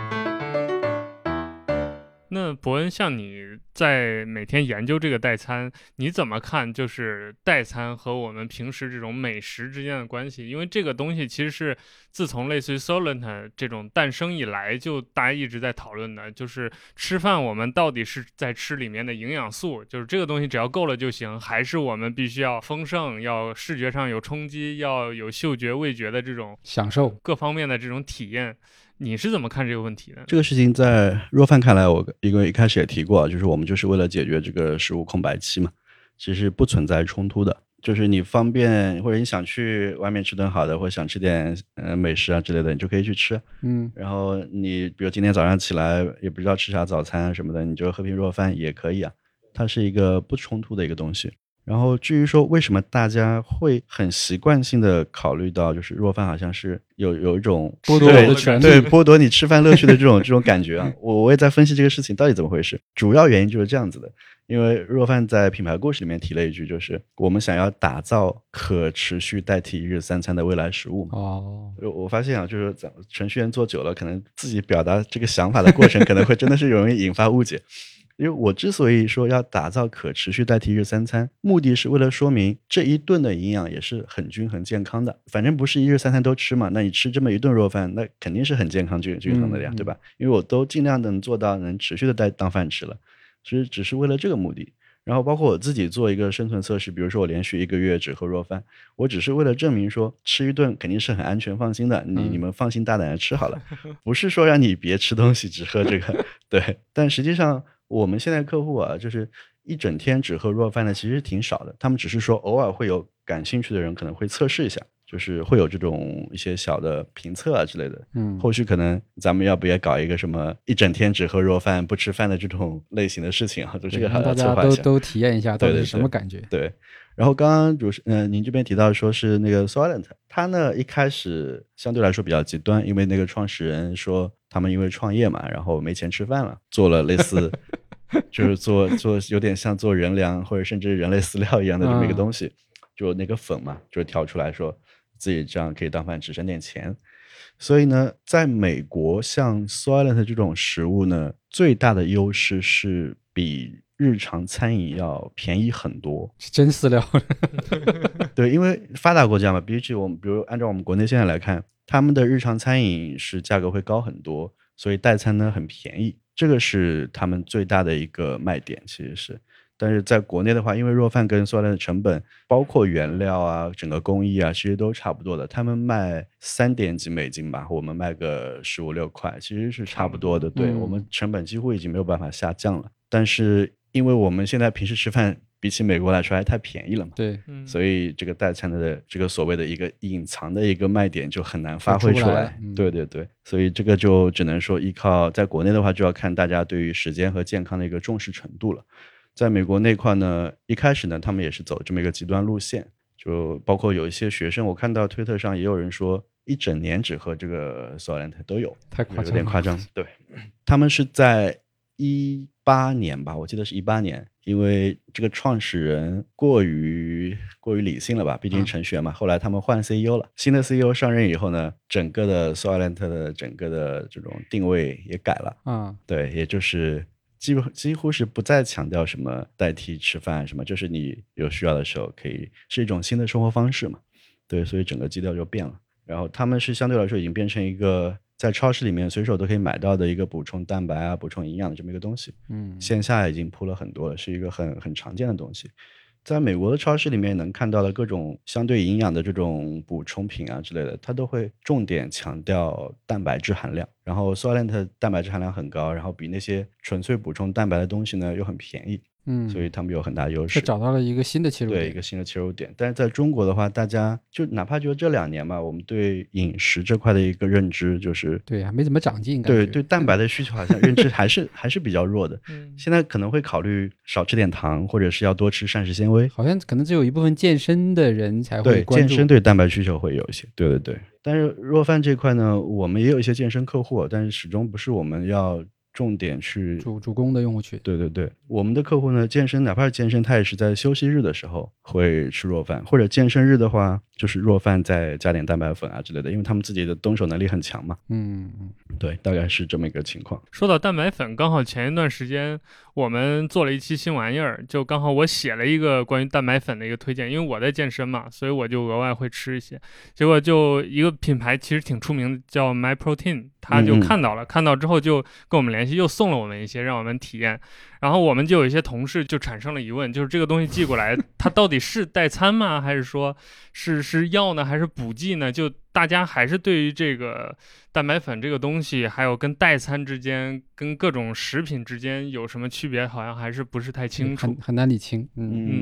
那伯恩，像你在每天研究这个代餐，你怎么看就是代餐和我们平时这种美食之间的关系？因为这个东西其实是自从类似于 Solent 这种诞生以来，就大家一直在讨论的，就是吃饭我们到底是在吃里面的营养素，就是这个东西只要够了就行，还是我们必须要丰盛，要视觉上有冲击，要有嗅觉味觉的这种享受， 各方面的这种体验。你是怎么看这个问题的？ 这个事情在若饭看来，我因为一开始也提过，就是我们就是为了解决这个食物空白期嘛，其实不存在冲突的。就是你方便或者你想去外面吃顿好的，或者想吃点呃美食啊之类的，你就可以去吃。嗯，然后你比如今天早上起来也不知道吃啥早餐什么的，你就喝瓶若饭也可以啊。它是一个不冲突的一个东西。 然后至于说为什么大家会很习惯性的考虑到就是弱饭好像是有有一种剥夺我的权利， 对剥夺你吃饭乐趣的这种这种感觉啊，我我也在分析这个事情到底怎么回事。主要原因就是这样子的，因为弱饭在品牌故事里面提了一句，就是我们想要打造可持续代替一日三餐的未来食物嘛。 哦， 我发现啊，就是程序员做久了，可能自己表达这个想法的过程可能会真的是容易引发误解。因为我之所以说要打造可持续代替一日三餐，目的是为了说明这一顿的营养也是很均衡健康的。反正不是一日三餐都吃嘛，那你吃这么一顿肉饭，那肯定是很健康均均衡的呀， 嗯、 对吧？因为我都尽量能做到能持续的带当饭吃了，所以只是为了这个目的。然后包括我自己做一个生存测试，比如说我连续一个月只喝肉饭，我只是为了证明说吃一顿肯定是很安全放心的，你你们放心大胆的吃好了，不是说让你别吃东西只喝这个。对，但实际上我们现在客户啊，就是一整天只喝弱饭的其实挺少的，他们只是说偶尔会有感兴趣的人可能会测试一下，就是会有这种一些小的评测啊之类的。 嗯， 后续可能咱们要不也搞一个什么一整天只喝弱饭不吃饭的这种类型的事情啊，就这个好让大家都都体验一下到底是什么感觉。 对， 对， 对， 对。然后刚刚主持呃您这边提到说是那个 Soylent， 他呢一开始相对来说比较极端，因为那个创始人说他们因为创业嘛，然后没钱吃饭了，做了类似就是做做有点像做人粮或者甚至人类饲料一样的这么一个东西，嗯、就那个粉嘛，就调出来说自己这样可以当饭只省点钱。所以呢，在美国像 Soylent 这种食物呢，最大的优势是比日常餐饮要便宜很多， 是真饲料。 对，因为发达国家嘛，比起我们，比如按照我们国内现在来看，他们的日常餐饮是价格会高很多，所以代餐呢很便宜，这个是他们最大的一个卖点，其实是。但是在国内的话，因为弱饭跟Soylent的成本，包括原料啊，整个工艺啊，其实都差不多的。他们卖三点几美金吧，我们卖个十五六块，其实是差不多的。对、嗯、我们成本几乎已经没有办法下降了。但是因为我们现在平时吃饭比起美国来说还太便宜了嘛， 对， 所以这个代餐的这个所谓的一个隐藏的一个卖点就很难发挥出来。 出来嗯、 对对对，所以这个就只能说依靠在国内的话，就要看大家对于时间和健康的一个重视程度了。在美国那块呢，一开始呢，他们也是走这么一个极端路线，就包括有一些学生，我看到推特上也有人说，一整年只喝这个 Soylent 都有， 太夸张了， 有点夸张。对，他们是在一八年吧，我记得是一八年，因为这个创始人过于过于理性了吧，毕竟程序员嘛。嗯、后来他们换 C E O 了，新的 C E O 上任以后呢，整个的 Soylent 的整个的这种定位也改了。 啊、嗯， 对，也就是几乎几乎是不再强调什么代替吃饭什么，就是你有需要的时候可以，是一种新的生活方式嘛。对，所以整个基调就变了。然后他们是相对来说已经变成一个在超市里面随手都可以买到的一个补充蛋白啊、补充营养的这么一个东西。嗯，线下已经铺了很多了，是一个很很常见的东西。在美国的超市里面能看到的各种相对营养的这种补充品啊之类的，它都会重点强调蛋白质含量。然后 Soylent 蛋白质含量很高，然后比那些纯粹补充蛋白的东西呢又很便宜。嗯，所以他们有很大优势， 就找到了一个新的切入点， 对，一个新的切入点。但是在中国的话，大家就哪怕就这两年吧，我们对饮食这块的一个认知就是对啊，没怎么长进， 对对，蛋白的需求好像认知还是还是比较弱的。嗯，现在可能会考虑少吃点糖，或者是要多吃膳食纤维。 好像可能只有一部分健身的人才会关注， 对健身对蛋白需求会有一些，对对对。但是弱饭这块呢，我们也有一些健身客户，但是始终不是我们要重点去主主攻的用户群。 对对对，我们的客户呢，健身哪怕是健身，他也是在休息日的时候会吃弱饭，或者健身日的话，就是弱饭再加点蛋白粉啊之类的，因为他们自己的动手能力很强嘛。嗯嗯，对，大概是这么一个情况。 说到蛋白粉，刚好前一段时间我们做了一期新玩意儿，就刚好我写了一个关于蛋白粉的一个推荐，因为我在健身嘛，所以我就额外会吃一些。结果就一个品牌其实挺出名的，叫 MyProtein， 他就看到了，嗯嗯看到之后就跟我们联系，又送了我们一些让我们体验。然后我们就有一些同事就产生了疑问，就是这个东西寄过来，它到底是代餐吗？还是说是是药呢？还是补剂呢？就大家还是对于这个蛋白粉这个东西，还有跟代餐之间、跟各种食品之间有什么区别，好像还是不是太清楚， 很很难理清。 嗯，嗯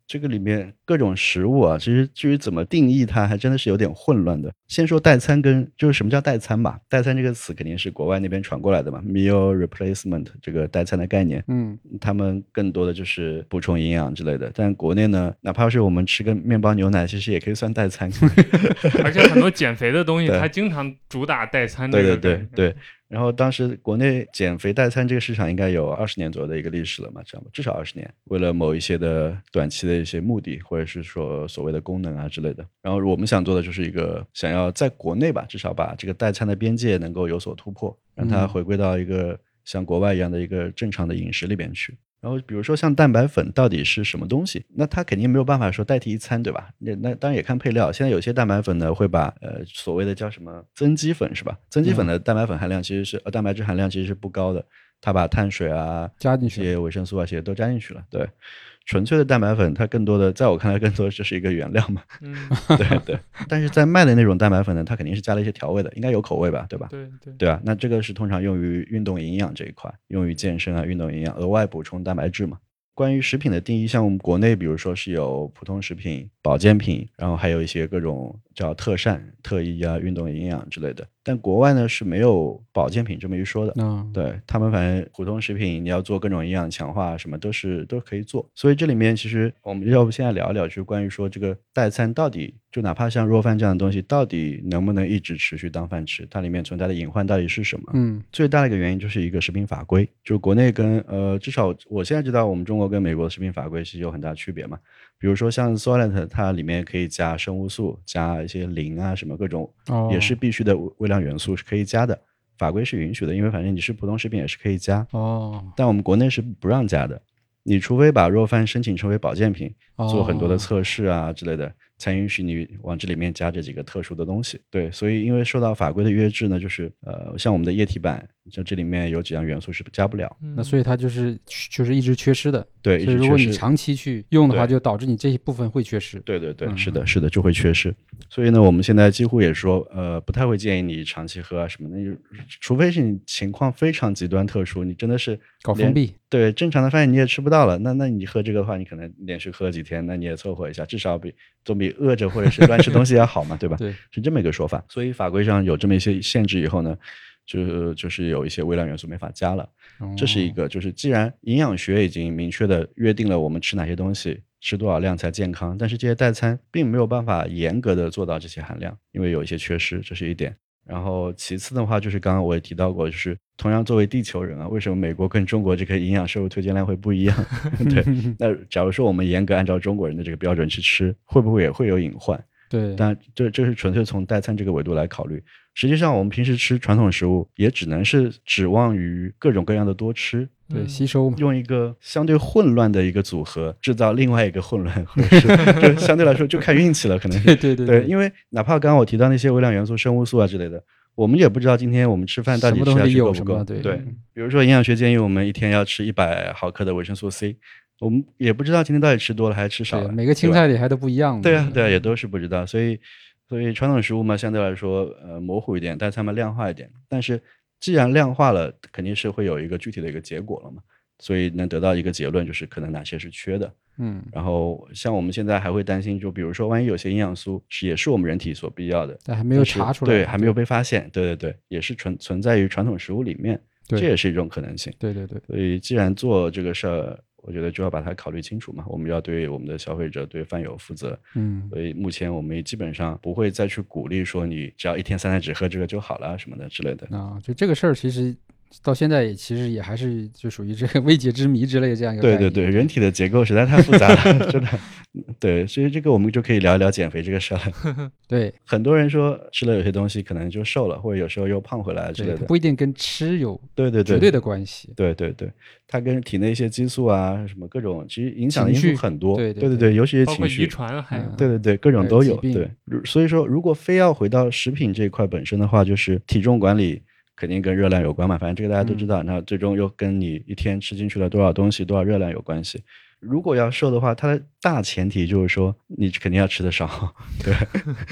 这个里面各种食物啊，其实至于怎么定义它还真的是有点混乱的。先说代餐跟就是什么叫代餐吧，代餐这个词肯定是国外那边传过来的嘛 meal replacement 这个代餐的概念， 嗯， 他们更多的就是补充营养之类的，但国内呢哪怕是我们吃个面包牛奶其实也可以算代餐而且很多减肥的东西它经常主打代餐这个对对对对。然后当时国内减肥代餐这个市场应该有二十年左右的一个历史了嘛，知道吗？至少二十年，为了某一些的短期的一些目的，或者是说所谓的功能啊之类的。然后我们想做的就是一个想要在国内吧，至少把这个代餐的边界能够有所突破，让它回归到一个像国外一样的一个正常的饮食里边去。然后比如说像蛋白粉到底是什么东西，那它肯定没有办法说代替一餐，对吧？那那当然也看配料，现在有些蛋白粉呢会把呃所谓的叫什么增肌粉是吧？增肌粉的蛋白粉含量其实是、嗯、呃蛋白质含量其实是不高的，它把碳水啊加进去， 这些维生素啊这些都加进去了。对，纯粹的蛋白粉它更多的在我看来更多的就是一个原料嘛。 嗯， 对对。但是在卖的那种蛋白粉呢，它肯定是加了一些调味的，应该有口味吧，对吧？ 对对对啊，那这个是通常用于运动营养这一块，用于健身啊运动营养额外补充蛋白质嘛。关于食品的定义，像我们国内比如说是有普通食品、保健品，然后还有一些各种叫特膳、特医啊、运动营养之类的。但国外呢是没有保健品这么一说的， 嗯， 对，他们反正普通食品你要做各种营养强化什么都是都可以做。所以这里面其实我们要不现在聊一聊，就是关于说这个代餐到底就哪怕像弱饭这样的东西到底能不能一直持续当饭吃，它里面存在的隐患到底是什么。 嗯， 最大的一个原因就是一个食品法规，就是国内跟呃至少我现在知道我们中国跟美国的食品法规是有很大区别嘛。比如说像 Soylent 它里面可以加生物素，加一些磷啊什么各种、哦、也是必须的微量元素是可以加的，法规是允许的，因为反正你是普通食品也是可以加哦。但我们国内是不让加的，你除非把弱饭申请成为保健品、哦、做很多的测试啊之类的，才允许你往这里面加这几个特殊的东西。对，所以因为受到法规的约制呢，就是呃，像我们的液体版，就这里面有几样元素是加不了， 嗯、那所以它就是就是一直缺失的。 对， 所以如果你长期去用的话，就导致你这一部分会缺失。 对对对，是的，是的，就会缺失。所以呢，我们现在几乎也说，呃，不太会建议你长期喝啊什么的，除非是你情况非常极端特殊，你真的是搞封闭， 对正常的饭你也吃不到了，那那你喝这个的话，你可能连续喝几天，那你也凑合一下，至少比总比饿着或者是乱吃东西要好嘛，对吧？ 对， 是这么一个说法。所以法规上有这么一些限制以后呢，就就是有一些微量元素没法加了，这是一个，就是既然营养学已经明确的约定了我们吃哪些东西，吃多少量才健康，但是这些代餐并没有办法严格的做到这些含量，因为有一些缺失，这是一点。然后其次的话，就是刚刚我也提到过，就是同样作为地球人啊，为什么美国跟中国这个营养摄入推荐量会不一样？对，那假如说我们严格按照中国人的这个标准去吃，会不会也会有隐患？ 对， 但这这是纯粹从代餐这个维度来考虑。实际上我们平时吃传统食物也只能是指望于各种各样的多吃， 对，吸收嘛， 用一个相对混乱的一个组合制造另外一个混乱，或者是就相对来说就看运气了，可能是对对 对, 对, 对，因为哪怕刚刚我提到那些微量元素、生物素啊之类的，我们也不知道今天我们吃饭到底吃下去够不够。 对对，比如说营养学建议我们一天要吃一百毫克的维生素 C， 我们也不知道今天到底吃多了还是吃少了， 每个青菜里还都不一样。 对啊，对啊，也都是不知道，所以。所以传统食物嘛，相对来说，呃，模糊一点，代餐嘛量化一点。但是既然量化了，肯定是会有一个具体的一个结果了嘛。所以能得到一个结论，就是可能哪些是缺的。 嗯。 然后像我们现在还会担心，就比如说，万一有些营养素是也是我们人体所必要的， 但还没有查出来， 对，还没有被发现，对对对，也是存存在于传统食物里面，这也是一种可能性。 对对对。 所以既然做这个事儿，我觉得就要把它考虑清楚嘛，我们要对我们的消费者、对饭友负责。 嗯， 所以目前我们基本上不会再去鼓励说你只要一天三餐只喝这个就好了什么的之类的。 啊，就这个事儿其实到现在也其实也还是就属于这个未解之谜之类的这样一个概念。 对对对，人体的结构实在太复杂了，真的。对，所以这个我们就可以聊一聊减肥这个事了。 对， 很多人说吃了有些东西可能就瘦了，或者有时候又胖回来之类的， 不一定跟吃有对对对绝对的关系。 对对对，它跟体内一些激素啊什么各种，其实影响的因素很多。 对对对对，尤其是情绪， 包括遗传还有、 嗯、 对对对，各种都有。对，所以说如果非要回到食品这一块本身的话，就是体重管理。肯定跟热量有关嘛，反正这个大家都知道，那、嗯、最终又跟你一天吃进去了多少东西、多少热量有关系。如果要瘦的话，它的大前提就是说你肯定要吃得少，对，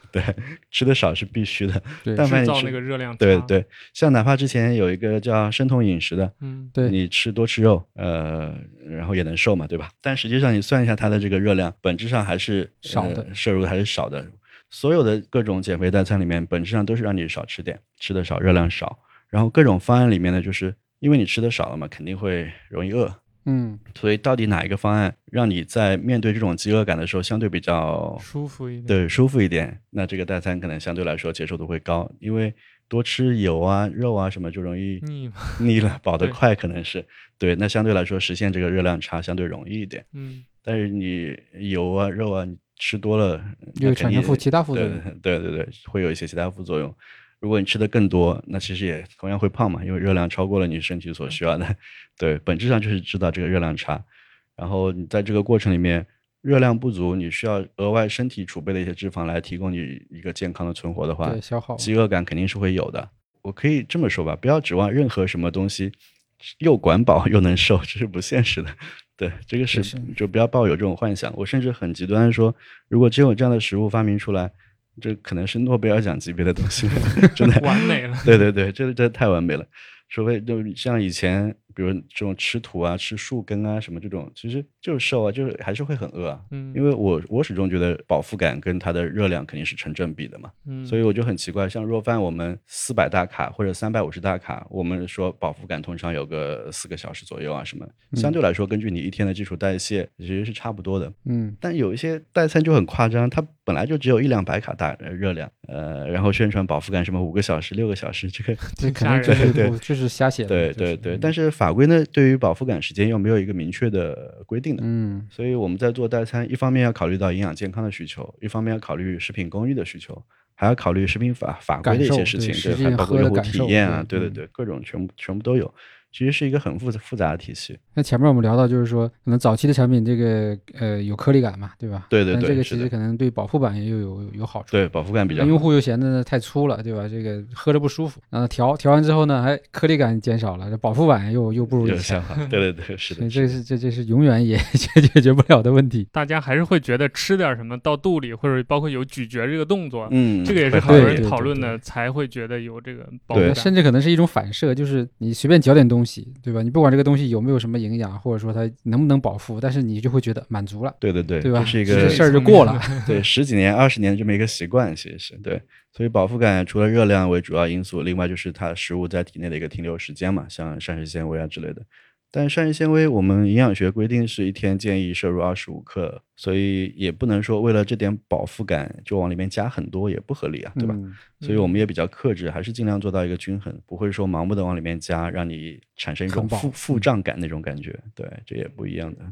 对，吃的少是必须的。 对， 制造但凡你吃那个热量差。 对对，像哪怕之前有一个叫生酮饮食的， 嗯， 对， 你吃多吃肉，呃，然后也能瘦嘛，对吧？但实际上你算一下它的这个热量，本质上还是少的呃、摄入还是少的。所有的各种减肥代餐里面，本质上都是让你少吃点，吃的少，热量少。然后各种方案里面呢，就是因为你吃的少了嘛，肯定会容易饿。 嗯， 所以到底哪一个方案让你在面对这种饥饿感的时候相对比较舒服一点。 对，舒服一点，那这个代餐可能相对来说接受度会高，因为多吃油啊、肉啊什么就容易腻嘛腻了，饱得对快可能是对，那相对来说实现这个热量差相对容易一点。 嗯， 但是你油啊、肉啊，你吃多了又产生副其他副作用。 对对对对，会有一些其他副作用。如果你吃的更多，那其实也同样会胖嘛，因为热量超过了你身体所需要的。对，本质上就是知道这个热量差，然后你在这个过程里面热量不足，你需要额外身体储备的一些脂肪来提供你一个健康的存活的话， 对，消耗饥饿感肯定是会有的。我可以这么说吧，不要指望任何什么东西又管饱又能瘦，这是不现实的。对，这个是就不要抱有这种幻想。我甚至很极端说，如果真有这样的食物发明出来，这可能是诺贝尔奖级别的东西，真的完美了。 对对对，这这太完美了。除非就像以前，比如这种吃土啊、吃树根啊什么这种，其实就是瘦啊，就是还是会很饿啊。 嗯， 因为我我始终觉得饱腹感跟它的热量肯定是成正比的嘛。 嗯， 所以我就很奇怪，像若饭我们四百大卡或者三百五十大卡，我们说饱腹感通常有个四个小时左右啊什么，相对来说根据你一天的基础代谢其实是差不多的。 嗯， 但有一些代餐就很夸张，它本来就只有一两百卡大热量，呃，然后宣传饱腹感什么五个小时、六个小时，这个这可能就是对不就是瞎写的。 对就是对对，但是法规呢，对于饱腹感时间又没有一个明确的规定的， 嗯， 所以我们在做代餐，一方面要考虑到营养健康的需求，一方面要考虑食品工艺的需求，还要考虑食品法法规的一些事情，对，还包括用户体验啊，对对对，各种全部全部都有。其实是一个很复复杂的体系。 那前面我们聊到，就是说，可能早期的产品这个呃有颗粒感嘛，对吧？ 对对对。 但这个其实可能对饱腹感又有有好处。 对，饱腹感比较好。 用户又嫌的太粗了，对吧？这个喝着不舒服。然后调调完之后呢，还颗粒感减少了，这饱腹感又又不如以前。 对对对，是的。 这是这这是永远也解解决不了的问题。 大家还是会觉得吃点什么到肚里，或者包括有咀嚼这个动作， 嗯， 这个也是好多人讨论的，才会觉得有这个饱腹感。 甚至可能是一种反射，就是你随便嚼点东西，对吧？你不管这个东西有没有什么营养，或者说它能不能饱腹，但是你就会觉得满足了。 对对对， 对吧？ 这是一个事儿就过了。 对，十几年、二十年这么一个习惯，其实是对。所以饱腹感除了热量为主要因素，另外就是它食物在体内的一个停留时间嘛，像膳食纤维啊之类的。但膳食纤维我们营养学规定是一天建议摄入二十五克，所以也不能说为了这点饱腹感就往里面加很多，也不合理啊，对吧？ 嗯、 所以我们也比较克制，还是尽量做到一个均衡，不会说盲目的往里面加，让你产生一种腹腹胀感那种感觉。对，这也不一样的。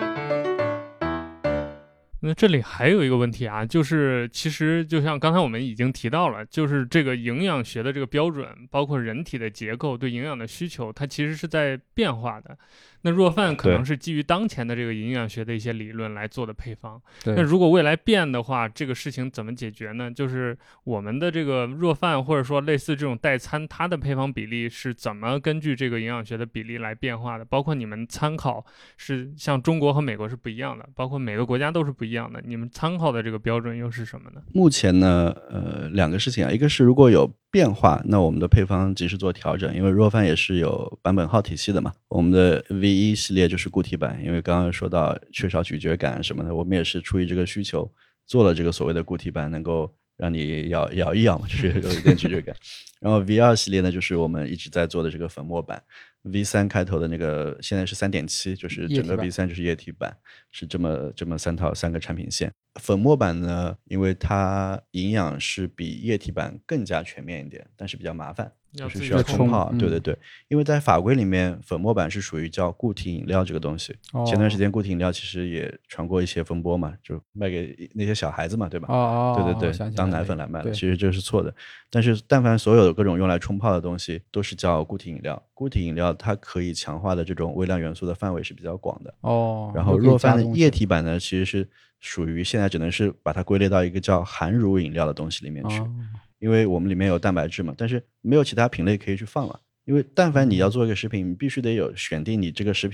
那这里还有一个问题啊，就是其实就像刚才我们已经提到了，就是这个营养学的这个标准，包括人体的结构对营养的需求，它其实是在变化的。那若饭可能是基于当前的这个营养学的一些理论来做的配方。那如果未来变的话，这个事情怎么解决呢？就是我们的这个若饭或者说类似这种代餐，它的配方比例是怎么根据这个营养学的比例来变化的？包括你们参考是像中国和美国是不一样的，包括每个国家都是不一样的，你们参考的这个标准又是什么呢？ 目前呢，呃，两个事情啊，一个是如果有变化，那我们的配方及时做调整，因为若饭也是有版本号体系的嘛。我们的 V 一 系列就是固体版，因为刚刚说到缺少咀嚼感什么的，我们也是出于这个需求做了这个所谓的固体版，能够让你咬咬一咬嘛，就是有一点咀嚼感。然后 V 二 系列呢，就是我们一直在做的这个粉末版。V 三 开头的那个现在是 三点七， 就是整个 V 三 就是液体版，是这么这么三套三个产品线。粉末版呢，因为它营养是比液体版更加全面一点，但是比较麻烦，就是需要冲泡。对对对，因为在法规里面粉末版是属于叫固体饮料这个东西。哦、前段时间固体饮料其实也传过一些风波嘛，就卖给那些小孩子嘛，对吧？ 哦对对对，当奶粉来卖的，其实这是错的。但是但凡所有的各种用来冲泡的东西都是叫固体饮料，固体饮料它可以强化的这种微量元素的范围是比较广的。 哦， 然后若饭的液体版呢，其实是属于现在只能是把它归类到一个叫含乳饮料的东西里面去。哦，因为我们里面有蛋白质嘛，但是没有其他品类可以去放了。因为但凡你要做一个食品，你必须得有选定你这个食品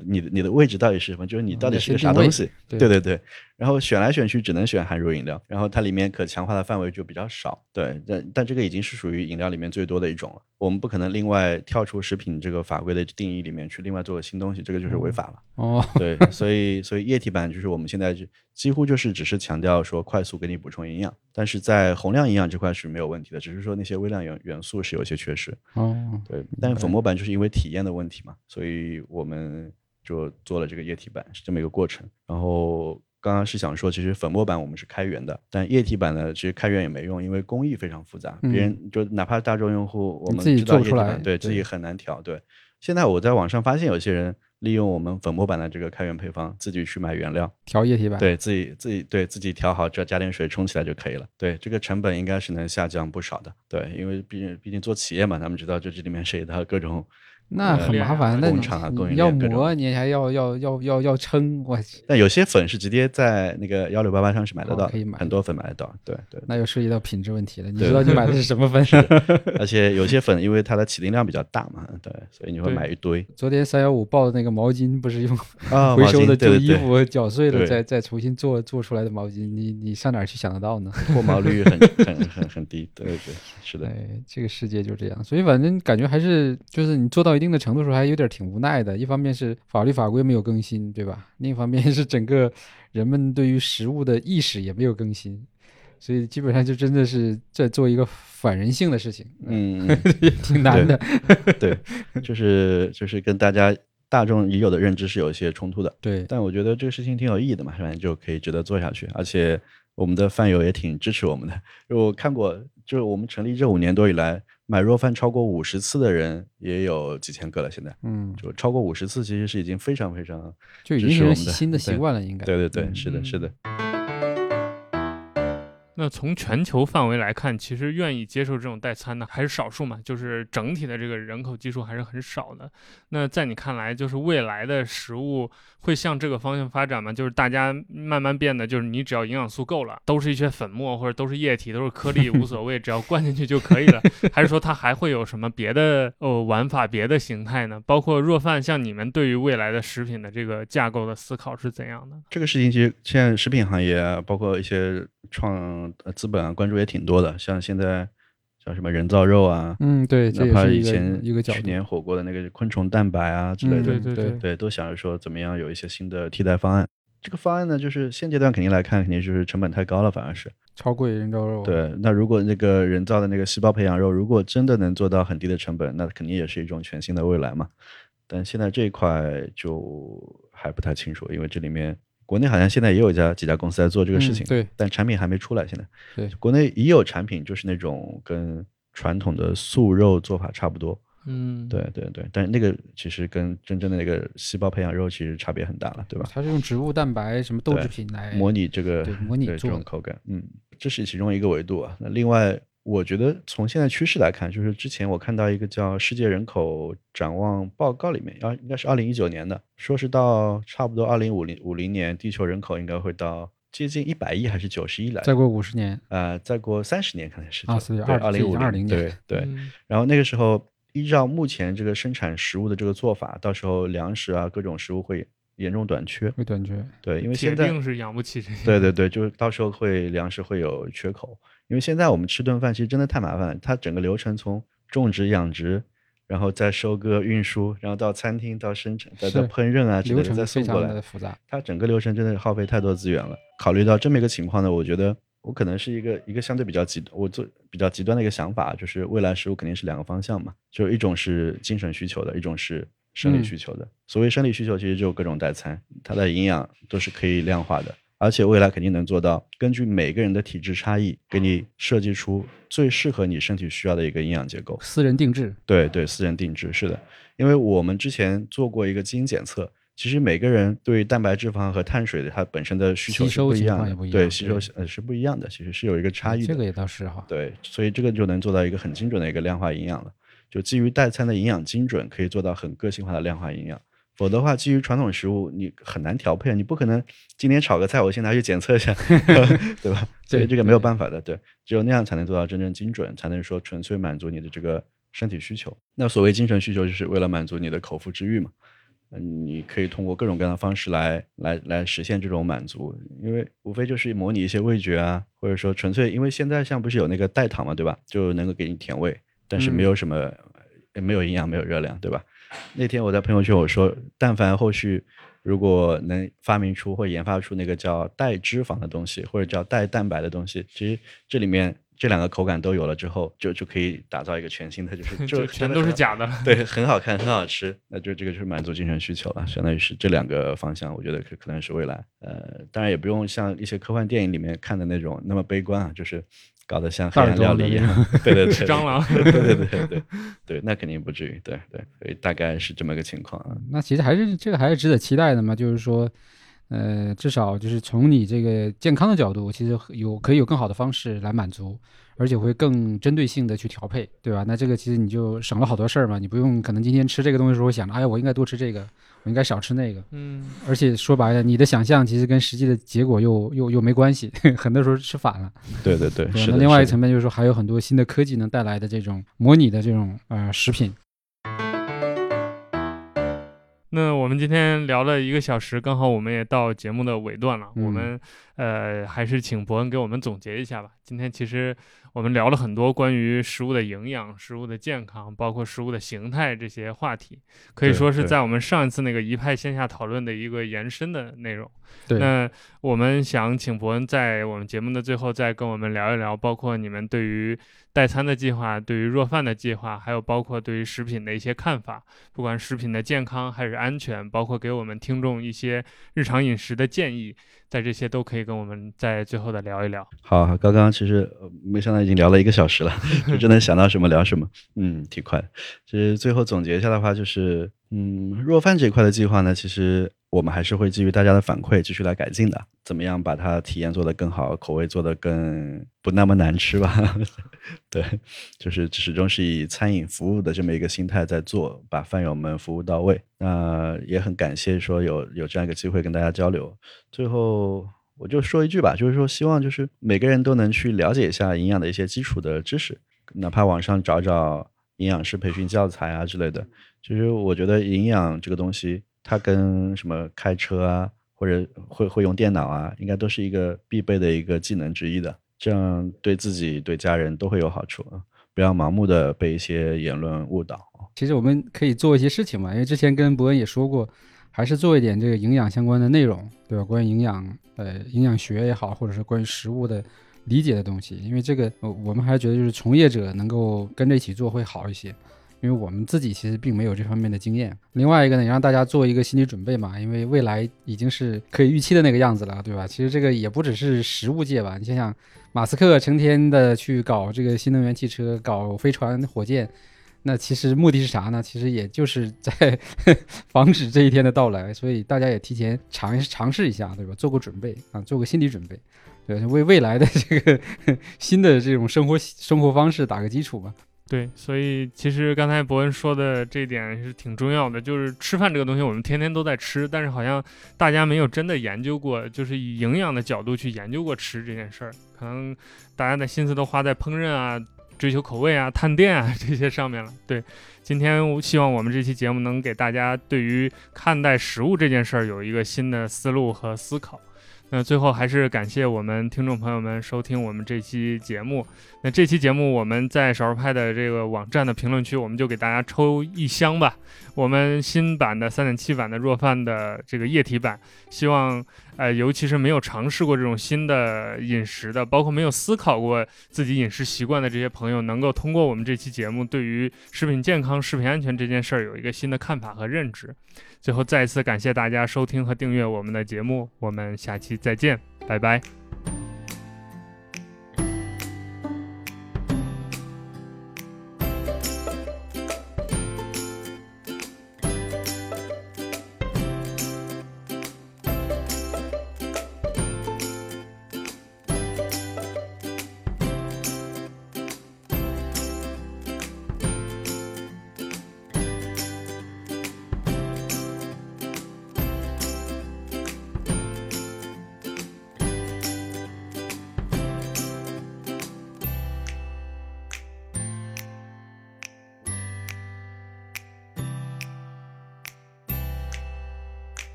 你的你的位置到底是什么，就是你到底是个啥东西。 对对对对。然后选来选去只能选含乳饮料，然后它里面可强化的范围就比较少。对，但但这个已经是属于饮料里面最多的一种了。我们不可能另外跳出食品这个法规的定义里面去另外做个新东西，这个就是违法了。 哦， 对，所以所以液体版就是我们现在就几乎就是只是强调说快速给你补充营养，但是在宏量营养这块是没有问题的，只是说那些微量元元素是有些缺失。 哦， 对，但粉末版就是因为体验的问题嘛，所以我们就做了这个液体版，是这么一个过程。然后刚刚是想说，其实粉末版我们是开源的，但液体版呢，其实开源也没用，因为工艺非常复杂， 嗯、 别人就哪怕大众用户，我们自己做不出来， 对自己很难调。对，现在我在网上发现有些人利用我们粉末版的这个开源配方，自己去买原料调液体版， 对自己自己对自己调好，只要加点水冲起来就可以了。对，这个成本应该是能下降不少的。对，因为毕竟毕竟做企业嘛，他们知道这这里面涉及到各种。 那很麻烦，那工厂啊，供应链要磨，你还要要要要要称，我去。 但有些粉是直接在那个幺六八八上是买得到， 可以买， 很多粉买得到。对对。 那又涉及到品质问题了，你知道你买的是什么粉？ 而且有些粉因为它的起订量比较大嘛，对，所以你会买一堆。 昨天三幺五报的那个毛巾不是用回收的旧衣服搅碎了再再重新做做出来的毛巾，你你上哪去想得到呢？ 脱毛率很很很很低。对对对，是的。 哎，这个世界就这样，所以反正感觉还是就是你做到一定的程度的时候还有点挺无奈的。一方面是法律法规没有更新，对吧？另一方面是整个人们对于食物的意识也没有更新，所以基本上就真的是在做一个反人性的事情。 嗯， 也挺难的。 对，对就是就是跟大家大众已有的认知是有一些冲突的。 对， 但我觉得这个事情挺有意义的嘛，反正就可以值得做下去。而且我们的饭友也挺支持我们的。我看过，就是我们成立这五年多以来，买若饭超过五十次的人也有几千个了。现在，嗯，就超过五十次，其实是已经非常非常就已经是新的习惯了，应该。 对对对，嗯、是的，是的。 那从全球范围来看，其实愿意接受这种代餐的还是少数嘛，就是整体的这个人口基数还是很少的。那在你看来，就是未来的食物会向这个方向发展吗？就是大家慢慢变得，就是你只要营养素够了，都是一些粉末或者都是液体，都是颗粒，无所谓，只要灌进去就可以了。还是说它还会有什么别的哦玩法、别的形态呢？包括若饭，像你们对于未来的食品的这个架构的思考是怎样的？ 这个事情其实现在食品行业啊，包括一些创资本啊，关注也挺多的。像现在像什么人造肉啊， 嗯，对， 哪怕以前一个去年火锅的那个昆虫蛋白啊之类的， 嗯、 对对对对，都想着说怎么样有一些新的替代方案。这个方案呢，就是现阶段肯定来看，肯定就是成本太高了，反而是超贵人造肉。 对，那如果那个人造的那个细胞培养肉，如果真的能做到很低的成本，那肯定也是一种全新的未来嘛。但现在这一块就还不太清楚，因为这里面国内好像现在也有一家几家公司在做这个事情， 嗯、对， 但产品还没出来。现在对， 国内已有产品，就是那种跟传统的素肉做法差不多。 嗯， 对对对，但是那个其实跟真正的那个细胞培养肉其实差别很大了，对吧？ 它是用植物蛋白什么豆制品来模拟这个对模拟做这种口感，嗯，这是其中一个维度啊。那另外，我觉得从现在趋势来看，就是之前我看到一个叫《世界人口展望报告》里面，啊，应该是二零一九年的，说是到差不多二零五零五零年，地球人口应该会到接近一百亿还是九十亿来， 再过五十年， 呃，再过三十年可能是啊， 对，二零五零，对对、 嗯。 然后那个时候，依照目前这个生产食物的这个做法，到时候粮食啊各种食物会严重短缺， 会短缺。 对，因为现在铁定是养不起这些。 对对对，就是到时候会粮食会有缺口，因为现在我们吃顿饭其实真的太麻烦了，它整个流程从种植、养殖，然后再收割、运输，然后到餐厅、到生产、再到烹饪啊之类的再送过来， 复杂。 它整个流程真的耗费太多资源了。考虑到这么一个情况呢，我觉得我可能是一个一个相对比较极我做比较极端的一个想法，就是未来食物肯定是两个方向嘛，就一种是精神需求的，一种是生理需求的。嗯、所谓生理需求，其实就各种代餐，它的营养都是可以量化的，而且未来肯定能做到根据每个人的体质差异，给你设计出最适合你身体需要的一个营养结构。 私人定制。 对对，私人定制，是的。因为我们之前做过一个基因检测，其实每个人对蛋白质肪和碳水的它本身的需求是不一样的，对，吸收呃是不一样的，其实是有一个差异的。 这个也倒是哈。 对，所以这个就能做到一个很精准的一个量化营养了。就基于代餐的营养精准，可以做到很个性化的量化营养。否则的话，基于传统食物，你很难调配，你不可能今天炒个菜，我先拿去检测一下，对吧？所以这个没有办法的，对，只有那样才能做到真正精准，才能说纯粹满足你的这个身体需求。那所谓精神需求，就是为了满足你的口腹之欲嘛。 你可以通过各种各样的方式来来来实现这种满足，因为无非就是模拟一些味觉啊，或者说纯粹因为现在像不是有那个代糖嘛，对吧？就能够给你甜味，但是没有什么、嗯、没有营养，没有热量，对吧？那天我在朋友圈我说，但凡后续如果能发明出或研发出那个叫代脂肪的东西，或者叫代蛋白的东西，其实这里面这两个口感都有了之后，就就可以打造一个全新的，就是就全都是假的， 对，很好看，很好吃，那就这个就是满足精神需求了，相当于是这两个方向，我觉得可可能是未来。呃，当然也不用像一些科幻电影里面看的那种那么悲观啊，就是搞得像黑暗料理一样，对对对， 吃蟑螂， 对对对对对对，那肯定不至于，对对，所以大概是这么个情况啊。 那其实还是这个还是值得期待的嘛，就是说。呃，至少就是从你这个健康的角度，其实有可以有更好的方式来满足，而且会更针对性的去调配，对吧？那这个其实你就省了好多事儿嘛，你不用可能今天吃这个东西的时候想着，哎呀，我应该多吃这个，我应该少吃那个， 嗯， 而且说白了，你的想象其实跟实际的结果又又又没关系，很多时候吃反了。 对对对，是的。 那另外一层面就是说，还有很多新的科技能带来的这种模拟的这种呃食品。 那我们今天聊了一个小时，刚好我们也到节目的尾段了。 嗯、 我们呃还是请伯恩给我们总结一下吧。今天其实我们聊了很多关于食物的营养、食物的健康，包括食物的形态这些话题，可以说是在我们上一次那个一派线下讨论的一个延伸的内容。 对， 那我们想请伯恩在我们节目的最后再跟我们聊一聊，包括你们对于代餐的计划，对于弱饭的计划，还有包括对于食品的一些看法，不管食品的健康还是安全，包括给我们听众一些日常饮食的建议，在这些都可以跟我们在最后的聊一聊。 好，刚刚其实没想到已经聊了一个小时了，就真的想到什么聊什么，嗯，挺快的。其实最后总结一下的话，就是嗯，弱饭这一块的计划呢，其实我们还是会基于大家的反馈继续来改进的，怎么样把它体验做得更好，口味做得更不那么难吃吧。对，就是始终是以餐饮服务的这么一个心态在做，把饭友们服务到位。那也很感谢说有有这样一个机会跟大家交流。最后我就说一句吧，就是说希望就是每个人都能去了解一下营养的一些基础的知识，哪怕网上找找营养师培训教材啊之类的。其实我觉得营养这个东西，它跟什么开车啊，或者会会用电脑啊，应该都是一个必备的一个技能之一的，这样对自己对家人都会有好处啊，不要盲目的被一些言论误导。 其实我们可以做一些事情嘛，因为之前跟伯恩也说过，还是做一点这个营养相关的内容，对吧？关于营养呃营养学也好，或者是关于食物的理解的东西，因为这个我们还是觉得就是从业者能够跟着一起做会好一些，因为我们自己其实并没有这方面的经验。另外一个呢，也让大家做一个心理准备嘛，因为未来已经是可以预期的那个样子了，对吧？其实这个也不只是食物界吧，你想想马斯克成天的去搞这个新能源汽车，搞飞船火箭，那其实目的是啥呢？其实也就是在防止这一天的到来，所以大家也提前尝尝试一下，对吧？做个准备啊，做个心理准备，对，为未来的这个新的这种生活生活方式打个基础嘛。 对，所以其实刚才伯恩说的这一点是挺重要的，就是吃饭这个东西我们天天都在吃，但是好像大家没有真的研究过，就是以营养的角度去研究过吃这件事儿，可能大家的心思都花在烹饪啊、追求口味啊、探店啊这些上面了。对，今天希望我们这期节目能给大家对于看待食物这件事儿有一个新的思路和思考。那最后还是感谢我们听众朋友们收听我们这期节目。那这期节目我们在少数派的这个网站的评论区，我们就给大家抽一箱吧，我们新版的 三点七 版的弱饭的这个液体版，希望呃，尤其是没有尝试过这种新的饮食的，包括没有思考过自己饮食习惯的这些朋友，能够通过我们这期节目对于食品健康、食品安全这件事儿有一个新的看法和认知。最后再一次感谢大家收听和订阅我们的节目，我们下期再见，拜拜。